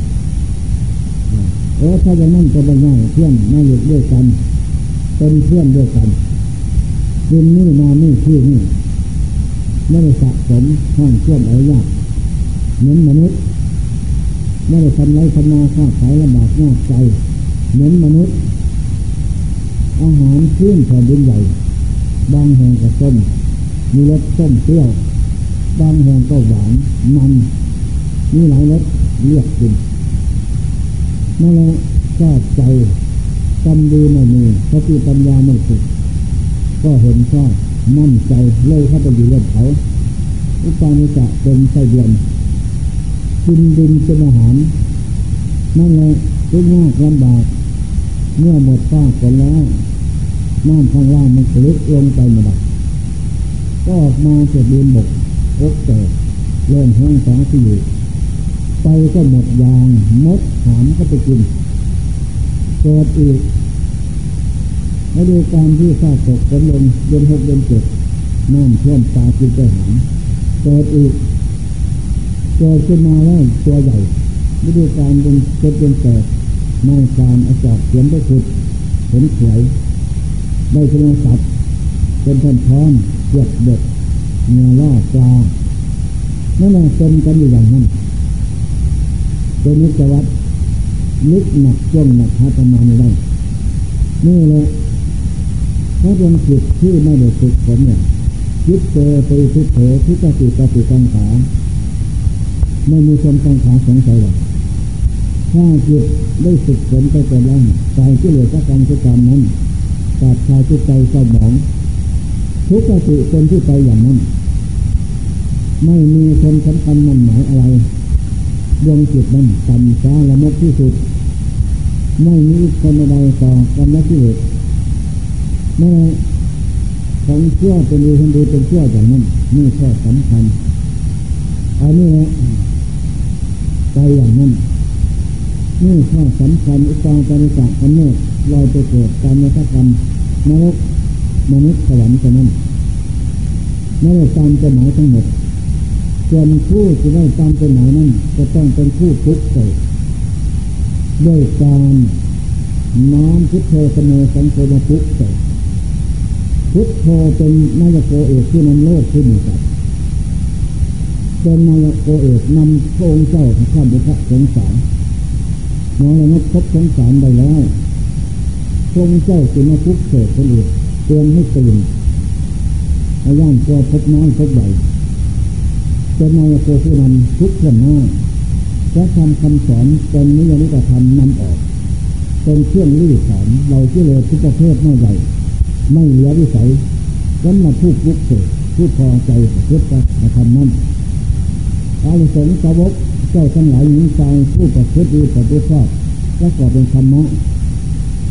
เออถ้าอย่างนั้นก็ไม่ง่ายเพื่อนมาอยู่ด้วยกันเป็นเพื่อนด้วยกันดินนี่มานี่ที่นี่ไม่ได้สะสมห้องเชื่อมอะไรยากเหมือนมนุษย์ไม่ได้ทำไรทำนาค้าขายลำบากยากใจเหมือนมนุษย์อาหารพื้นแผ่นดินใหญ่บางแห่งก็ส้มมีรสส้มเปรี้ยวบางแห่งก็หวานมันมีหลายรสเลือกกินนั่นแหละชอบใจกำดีไม่มีสติปัญญาไม่ถึงก็เห็นชอบมั่นใจเลยเข้าไปอยู่เรื่องเขาอุปาณิจะเป็นไส้เดือนกินดินเป็นอาหารนั่นแหละทุกข์ยากลำบากเมื่อหมดฟ้าฝนแล้วน้ำข้างล่างมันลึกลงไปหมดก็ออกมาเกิดดินบกอกแตกเริ่มแห้งสาที่อยู่ไปก็หมดยางมดหามก็ไปกินเกิดอีกมาดูการที่ฟ้าตกฝนลงเดือนหกเดือนเจ็ดน้ำท่วมตากินไปหามเกิดอีกเกิดขึ้นมาแล้วตัวใหญ่มาดูการเป็นเกิดเป็นแตกไม้การเอาจอบเขียนไปขุดเห็นเขียได้เป็นสัตว์เป็นท่อนท้อนเจ็บเด็ดเนื้อล่อปลานั่นแหละเป็นกันอยู่อย่างนั้นเป็นนิจวัตรลึกหนักช่วงหนักหาประมาณได้นี่แหละเพราะดวงจิตที่ไม่ได้ฝึกฝนเนี่ยยึดเจอไปทุกเถอทุกขติปฏิกังขาไม่มีความกังขาสงสัยหรอกถ้าจิตได้ฝึกฝนไปแต่ละใจที่เหลือจากการทุกกรรมนั้นตัดชายจิตใจเศร้าหมองทุกขติเป็นที่ไปอย่างนั้นไม่มีคนสำคัญมันหมายอะไรดวงจิตนั้นต่ำช้าละมกที่สุดไม่มีคนใดต่อกรรมที่เหลือแม้ของเชื่อเป็นดีคนดีเป็นเชื่ออย่างนั้นนี่ข้อสำคัญอันนี้แหละใจอย่างนั้นนี่ข้อสำคัญอุปาจาริกะอันนี้ลอยไปเกิดการยกรรมนรกมนุษย์สวรรค์เท่านั้นไม่ได้ตามใจหมายทั้งหมดส่วนผู้ที่ได้ตามใจหมายนั้นจะต้องเป็นผู้ทุกข์ใจด้วยการน้อมพุทโธสมสังโฆมาทุกข์ใจพุทโธเป็นนายโกเอกที่นำโลกขึ้นมาจับเป็นนายโกเอกนำพระองค์เจ้าข้ามบุพสงสารน้องเลยนับพบสงสารไปแล้วพระองค์เจ้าจึงมาทุกข์เกิดคนอื่นเตือนให้ตื่นพยายามตัวพบน้อยพบใหญ่เป็นนายโกผู้นำทุกข์คนหน้าพระธรรมคำสอนเป็นนิยมิกธรรมนำออกเป็นเครื่องลื้อสอนเราที่เลยทุกประเภทน้อยใหญ่ไม่เหลือวิสัยสำหรับผู้ทุกข์เกิดผู้พอใจเพื่อจะทำนั้นอาลิสงสาวกเจ้าทั้งหลายหญิงชายผู้ประพฤติดีประพฤติชอบและก่อเป็นธรรมะ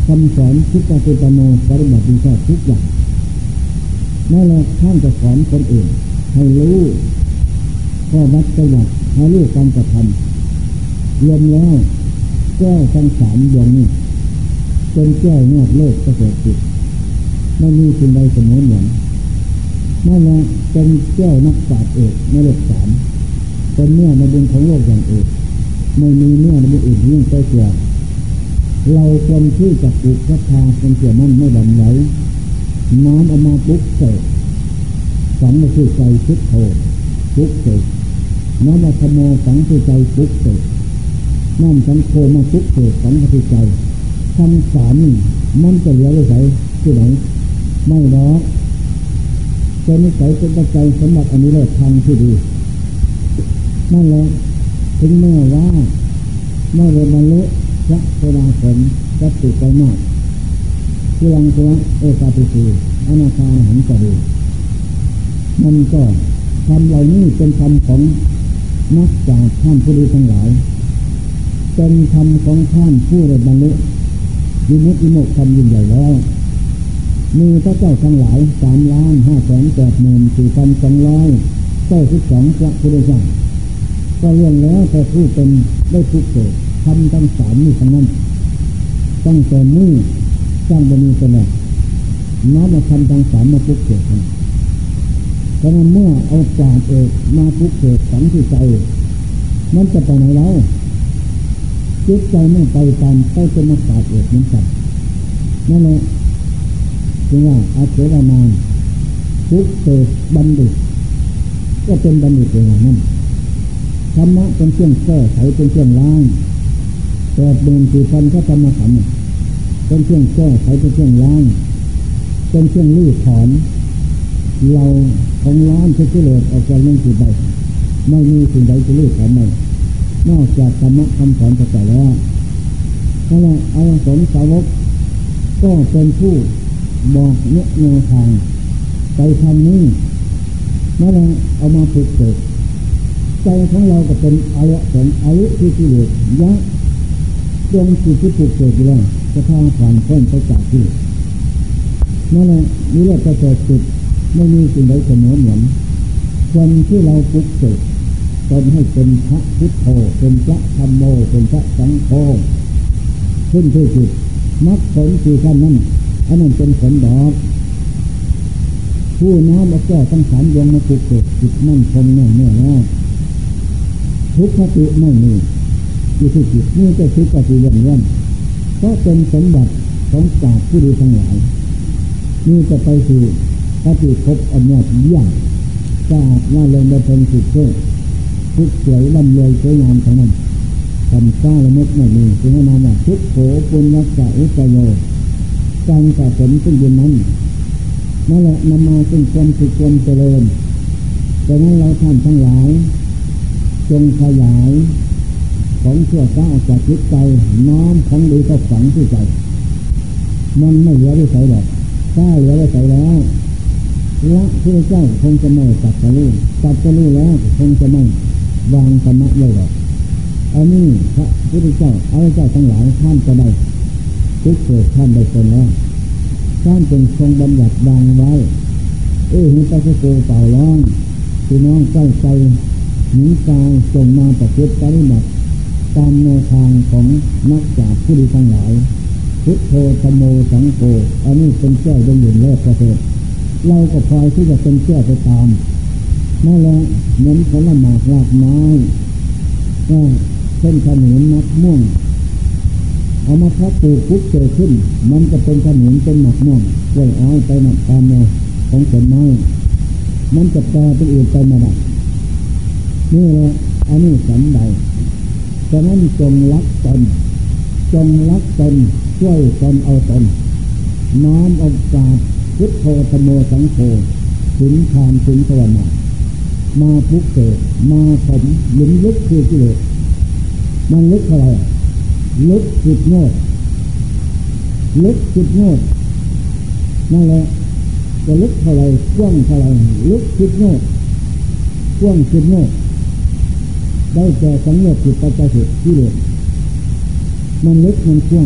คำสอนทุกปฏิปโนปฏิบัติดีชอบทุกอย่างนั่นแหละท่านจะสอนคนอื่นให้รู้ข้อวัดประวัติให้รู้การกระทำรวมแล้วแก้วทั้งสามดวงนี้เป็นแก้วงอกโลกประเสริฐจิตไม่มีสิ่งใดเสมอเหมือนนั่นแหละเป็นแก้วนักปราชญ์เอกในโลกสามเป็นเนื้อในบุญของโลกอย่างเอกไม่มีเนื้อในบุญอื่นยิ่งไปเสียเราควรที่จะปลูกศรัทธาเป็นเสียมั่นไม่บั่นไหวน้อมเอามาปลุกเสกฝังในที่ใจคิดโทปลุกเสกน้อมเอาธรรมะฝังที่ใจปลุกเสกน้อมสังโฆมาปลุกเสกฝังที่ใจทำสามมันจะเหลือไว้ใส่ที่ไหนไม่หรอกเป็นนิสัยเป็นปัจจัยสมบัติอันนี้เลยทางที่ดีนั่นแหละถึงแม้ว่าไม่ได้บรรลุพระโสดาผลก็ติดไปมากที่ลังตัวเอกาติสีอนาคาหันจะดีมันก็คำเหล่านี้เป็นคำของนักปราชญ์ท่านผู้ดีทั้งหลายเป็นคำของท่านผู้ได้บรรลุวิมุตติโมกข์คำยิ่งใหญ่แล้วมีพระเจ้าทั้งหลายสามล้านห้าแสนแปดหมื่นสี่พันสองร้อยเก้าสิบสองพระพุทธเจ้าก็เรื่องแล้วแต่ผู้เป็นได้ทุกเกิดทำทั้งสามนี้ทั้งนั้นตั้งแต่นี้สร้างบารมีกันแล้วน้อมมาทำทั้งสามมาทุกเกิดกันเพราะนั้นเมื่อเอาปราชญ์เอกมาทุกเกิดฝังที่ใจมันจะไปไหนแล้วจิตใจไม่ไปตามไปเป็นนักปราชญ์เอกเหมือนกันนั่นแหละจึงว่าอาเสวนาทุกเกิดบัณฑิตก็เป็นบัณฑิตอย่างนั้นธรรมะเป็นเครื่องแก้ไขเป็นเครื่องล้างแปดหมื่นสี่พันพระธรรมขันธ์เป็นเครื่องแก้ไขเป็นเครื่องล้างเป็นเครื่องลื้อถอนเราของล้านทุกข์เลยออกจากเรื่องจิตใดไม่มีสิ่งใดจะลื้อถอนได้นอกจากธรรมะคำสอนพระเจ้าแล้วนั่นแหละอาสงสาวกก็เป็นผู้บอกแนะแนวทางไปทางนี้นั่นแหละเอามาฝึกเสกใจของเราก็เป็นอายะสงอายุที่กิเลสยะดวงจิตที่ฝึกเสกอยู่แล้วจะพาผ่านพ้นไปจากที่นั่นแหละนี่แหละจะเกิดจิตไม่มีสิ่งใดเสมอเหมือนคนที่เราฝึกเสกตนให้เป็นพระพุทโธเป็นพระธัมโมเป็นพระสังโฆขึ้นที่จิตมรรคผลสี่ขั้นนั้นอันนั้นเป็นผลดอกผู้น้อมเอาแก้วทั้งสามดวงมาปลุกเสกจิตมั่นคงแน่แน่แล้วทุกขติไม่มีอยู่ที่จิตนี่จะทุกขติเรื่องเรื่องเพราะเป็นสมบัติของศาสตร์ผู้ดีทั้งหลายนี่จะไปสู่ปฏิภพอันยอดเยี่ยมศาสตร์ว่าลงไปเป็นสุดเพื่อทุกสวยลำรวยสวยงามทั้งนั้นทำซ่าละมุกไม่มีจึงให้นามว่าทุกโขปุญญสะอุปโยการสะสมซึ่งบุญนั้นนั่นแหละนำมาซึ่งความสุขความเจริญดังนั้นเราท่านทั้งหลายจงขยายของชั่วซ่าออกจากจิตใจน้อมของดีก็ฝังที่ใจมันไม่เหลือวิสัยหรอกถ้าเหลือวิสัยแล้วละพระเจ้าคงจะไม่ตัดจะรู้ตัดจะรู้แล้วคงจะไม่วางธรรมะเลยหรอกอันนี้พระพุทธเจ้าเอาเจ้าทั้งหลายท่านก็ได้ทุกเกิดท่านได้เป็นแล้วท่านเป็นทรงบัญญัติดังไว้เอ้หิปัสสโกเป่าร้องพี่น้องใกล้ใจหญิงกายส่งมาประพฤติปฏิบัติตามแนวทางของนักปราชญ์ผู้ดีทั้งหลายพุทโธธัมโมสังโฆอันนี้เป็นแก้วดวงหนึ่งเลิศประเสริฐเราก็พลอยที่จะเป็นแก้วไปตามนั่นแหละเหมือนผลไม้รากไม้ก็เช่นขนุนมะม่วงเอามาพักปลูกปุ๊บเกิดขึ้นมันจะเป็นขนุนเป็นมะม่วงกล้วยอ้อยไปหนักตามแนวของผลไม้มันจะแปลเป็นอื่นไปมาได้นี่แหละอันนี้สำใดฉะนั้นจงรักตนจงรักตนช่วยตนเอาตนน้อมเอาศาสตร์พุทโธธัมโมสังโฆถึงฌานถึงภาวนามาปลุกเสกมาผมหลุมลึกคือกิเลสมันลึกเท่าไรลึกสุดโง่ลึกสุดโง่นั่นแหละจะลึกเท่าไรกว้างเท่าไรลึกสุดโง่กว้างสุดโง่ได้แก่สังโยชน์จิตปัจจัยจิตกิเลสมันลึกมันกว้าง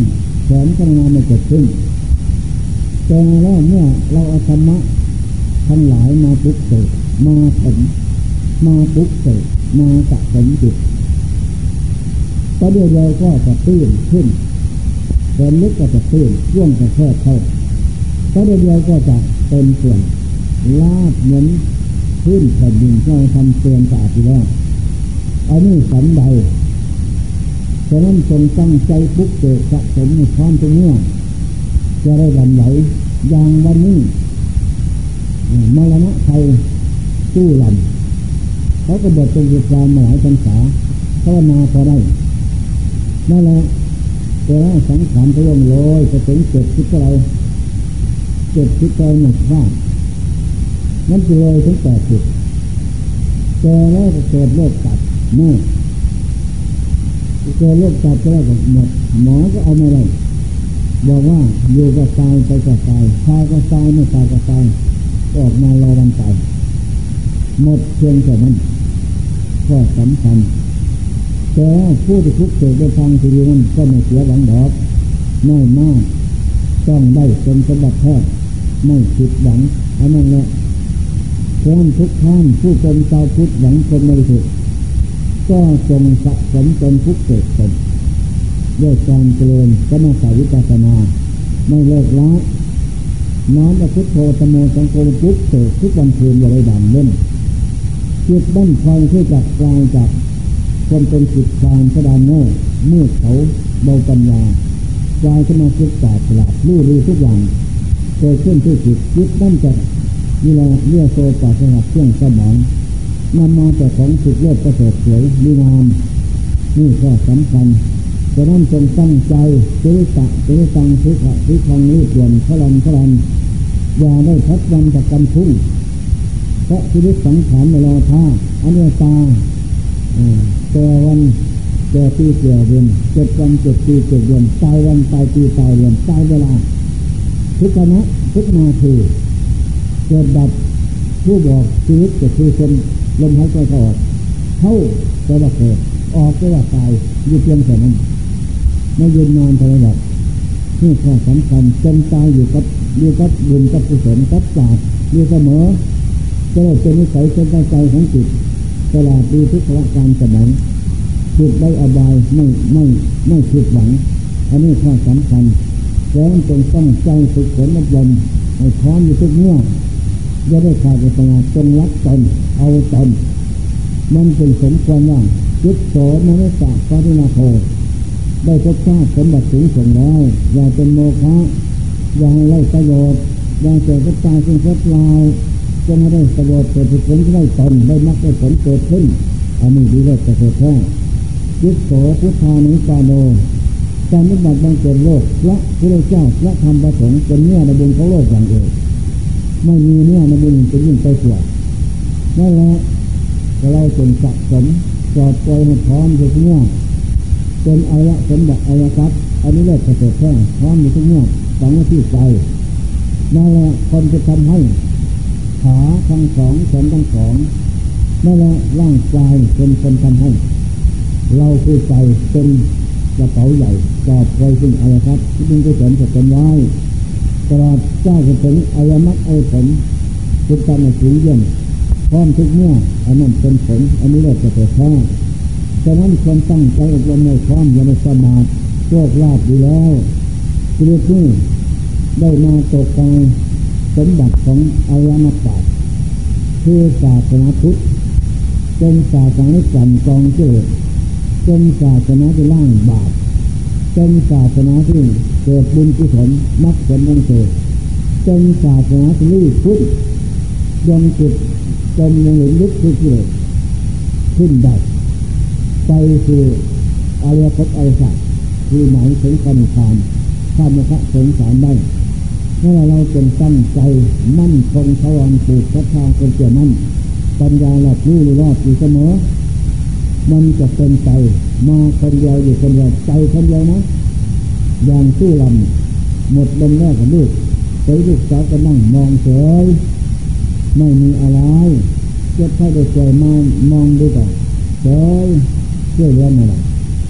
แสนพัฒนาไม่เกิดขึ้นแต่แล้วเมื่อเราเอาธรรมะทั้งหลายมาปลุกเสกมาผมมาปลุกเสกมาสะสมจิตประเดี๋ยวเดียวก็จะตื้นขึ้นแรงลึกก็จะตื้นช่วงจะแคบเข้าประเดี๋ยวเดียวก็จะเป็นส่วนลาดเหมือนพื้นแผ่นดินที่เราทำเตือนสะอาดแล้วอันนี้สันใดฉะนั้นจงตั้งใจปลุกเสกสะสมในความตรงนี้จะได้หลั่งไหลอย่างวันนี้มรณะไทยสู้ลำเขาก็บวชเป็นวิชามาหลายพรรษาภาวนาพอได้นั่นแหละแต่ว่าสังขารพยองโรยจะถึงเจ็ดทิศอะไรเจ็ดทิศใจหนักบ้างนั่นจะเลยถึงแปดทิศแต่แล้วก็เกิดโรคตับแม่เกิดโรคตับก็แล้วก็หมดหมอก็เอาไม่ได้บอกว่าอยู่ก็ตายไปก็ตายตายก็ตายไม่ตายก็ตายออกมารอวันตายหมดเพียงแต่นั้นก็สำคัญแต่ผู้ที่ทุกข์เกิดด้วยทางที่ดีนั้นก็ไม่เสียหวังดอกน้อยมากต้องได้เป็นสมบัติแท้ไม่ผิดหวังอันนั้นแหละเพราะนั้นทุกท่านผู้เป็นชาวพุทธหวังคนบริสุทธิ์ก็จงสะสมตนทุกข์เกิดตนด้วยการเจริญสมาธิวิปัสสนาไม่เลิกละน้อมพุทโธธรรมโมสังโฆปุ๊บเกิดทุกวันคืนอย่าได้ดังเล่นจิตบั้นคอยที่จักกลายจากคนเป็นจิตกลางสดานโง่เมื่อเขาเบาปัญญากลายขึ้นมาคิดศาสตร์ฉลาดรู้รู้ทุกอย่างเกิดขึ้นที่จิตจิตบั้นจะนี่แหละเรียกโซปาสหัสเครื่องสมองนำมาแต่ของสุดเลิศประเสริฐสวยดีงามนี่ก็สำคัญฉะนั้นจงตั้งใจซื้อตะซื้อตังซื้อขะซื้อคลังนี้ส่วนขลันขลันอย่าได้พัดวันจากกันทุ่งเพราะชีวิตสังขารไม่รอท่าอันนี้ตาแต่วันแต่ปีเกี่ยวเดือนเจ็ดวันเจ็ดปีเจ็ดเดือนตายวันตายปีตายเดือนตายเวลาทุกขณะทุกนาทีเกิดดับผู้บอกชีวิตก็คือคนลมหายใจเข้าออกเข้าก็ว่าเกิดออกก็ว่าตายอยู่เพียงแค่นั้นไม่ยืนนานเท่าไหร่หรอกนี่ข้อสำคัญจนตายอยู่กับอยู่กับบุญกับกุศลกับศาสตร์อยู่เสมอจะได้เป็นนิสัยเป็นใจของจิตตลาดดีทุกขการสมองจิตได้อบายไม่ไม่ไม่ผิดหวังอันนี้ข้อสำคัญแล้วจงตั้งใจฝึกฝนอบรมให้พร้อมอยู่ทุกเมื่อจะได้ขาดปัญญาจงรักตนเอาตนมันเป็นสมควรว่าจิตโสมนุษย์ปารินาโภได้ทดสอบสมบัติสูงส่งแล้วอย่าเป็นโมฆะอย่าให้ไร้ประโยชน์อย่าเกิดกับตายซึ่งเสียเปล่าจงให้ได้ประโยชน์เกิดผลที่ได้ตนได้มรรคได้ผลเกิดขึ้นอันนี้ดีเลิศประเสริฐแท้จิตโสพุทธานุปาโนการปฏิบัติบังเกิดโลกละพระเจ้าละธรรมประสงค์เป็นเนื้อในบุญของโลกอย่างเดียวไม่มีเนื้อในบุญจะยิ่งไปกว่านั่นแหละเราจงสะสมสอบใจให้พร้อมอยู่ทุกเมื่อเป็นอายะสมบัติอายะทรัพย์อันนี้เลิศประเสริฐแท้พร้อมอยู่ทุกเมื่อฝังไว้ที่ใจนั่นแหละคนจะทำให้ขาทั้งสองแขนทั้งสองนั่นแหละร่างกายเป็นคนทำให้เราคือใจเป็นกระเป๋าใหญ่จอบไว้ซึ่งอายะทรัพย์ที่ดึงกุศลจะเป็นไว้ตลอดเจ้าจะถึงอายะมรรคอายะผลทุกการในถึงเยี่ยมพร้อมทุกเมื่ออันนั้นเป็นผลอันนี้เลิศประเสริฐแท้ฉะนั้นควรตั้งใจอบรมในความอย่าได้ประมาทโชคลาภดีแล้วชีวิตนี้ได้มาตกกลางสมบัติของอริยมรรคคือศาสนาพุทธเป็นศาสนาที่กลั่นกรองกิเลสเป็นศาสนาที่ล้างบาปเป็นศาสนาที่เกิดบุญกุศลมรรคผลอันเกิดเป็นศาสนาที่ลี้พุทธยงจิตจนยังเห็นลึกคือกิเลสขึ้นได้ไปคืออริยภพอริยสัจคือหมายถึงการผ่านข้ามภพสงสารได้เมื่อเราเป็นตั้งใจมั่นคงสวรรค์ปลูกศรัทธาคนเกี่ยวมั่นปัญญาหลับรู้รอบอยู่เสมอมันจะเป็นใจมาคนเดียวอยู่คนเดียวใจคนเดียวนะอย่างสู้ลำหมดลมแรกกับลูกเฉยลูกสาวก็นั่งมองเฉยไม่มีอะไรเจ็บไข้ได้ป่วยมามองดูก่อนเฉยช่วยเหลือไม่ได้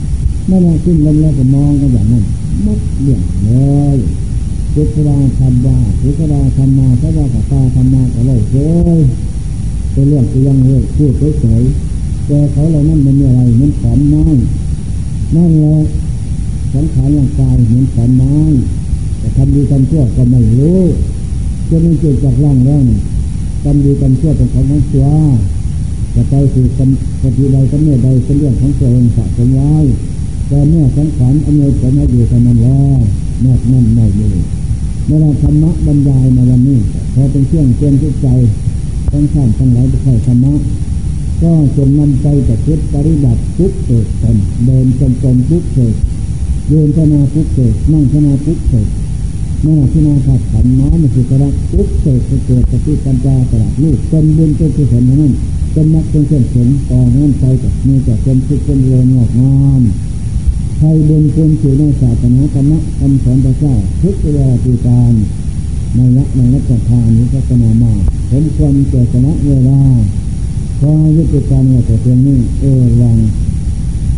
ไม่ได้ขึ้นลงแล้วก็มองกันอย่างนั้นมุดเลี่ยงเลยพุทธราธรรมว่าพุทธราธรรมมาพระว่ากับตาธรรมาก็เลยเฉยเป็นเรื่องที่ยังเลยพูดเฉยๆแต่เขาเหล่านั้นมันมีอะไรมันขอนไม้นั่นแหละสังขารร่างกายเหมือนขอนไม้แต่ทำดีทำชั่วก็ไม่รู้จนมันเกิดจากร่างแล้วนี่ทำดีทำชั่วเป็นของของตัวจะไปสู่กำปฏิใดก็เมื่อใดเป็นเรื่องของตัวเองสะสมไว้แต่เมื่อสังขารอำนวยผลให้อยู่เท่านั้นแล้วแนบแน่นไม่อยู่เมื่อธรรมะบรรยายในวันนี้พอเป็นเครื่องเตือนจิตใจทั้งท่านทั้งหลายผู้ใฝ่ธรรมะก็จงนำไปแต่คิดปฏิบัติทุกเกิดตนเดินจงกรมทุกเกิดยืนธนาทุกเกิดนั่งธนาทุกเกิดเมื่อพิจารณาขัดขันน้อมมันคือกระดับทุกเกิดเกิดสติปัญญาตลาดลูกเป็นบุญเป็นกุศลนั้นเป็นนักเป็นเส้นสงต่อนั้นไปแต่มีแต่เป็นทุกข์เป็นเรื่องงอกงามใครบุญคุณสู่ในศาสนาธรรมะคำสอนพระเจ้าทุกเวลาปีการในละในรัชทานนี้ก็จะมามาผมควรเจตนาเวลาขอยุติการในแต่เพียงนี้เอวัง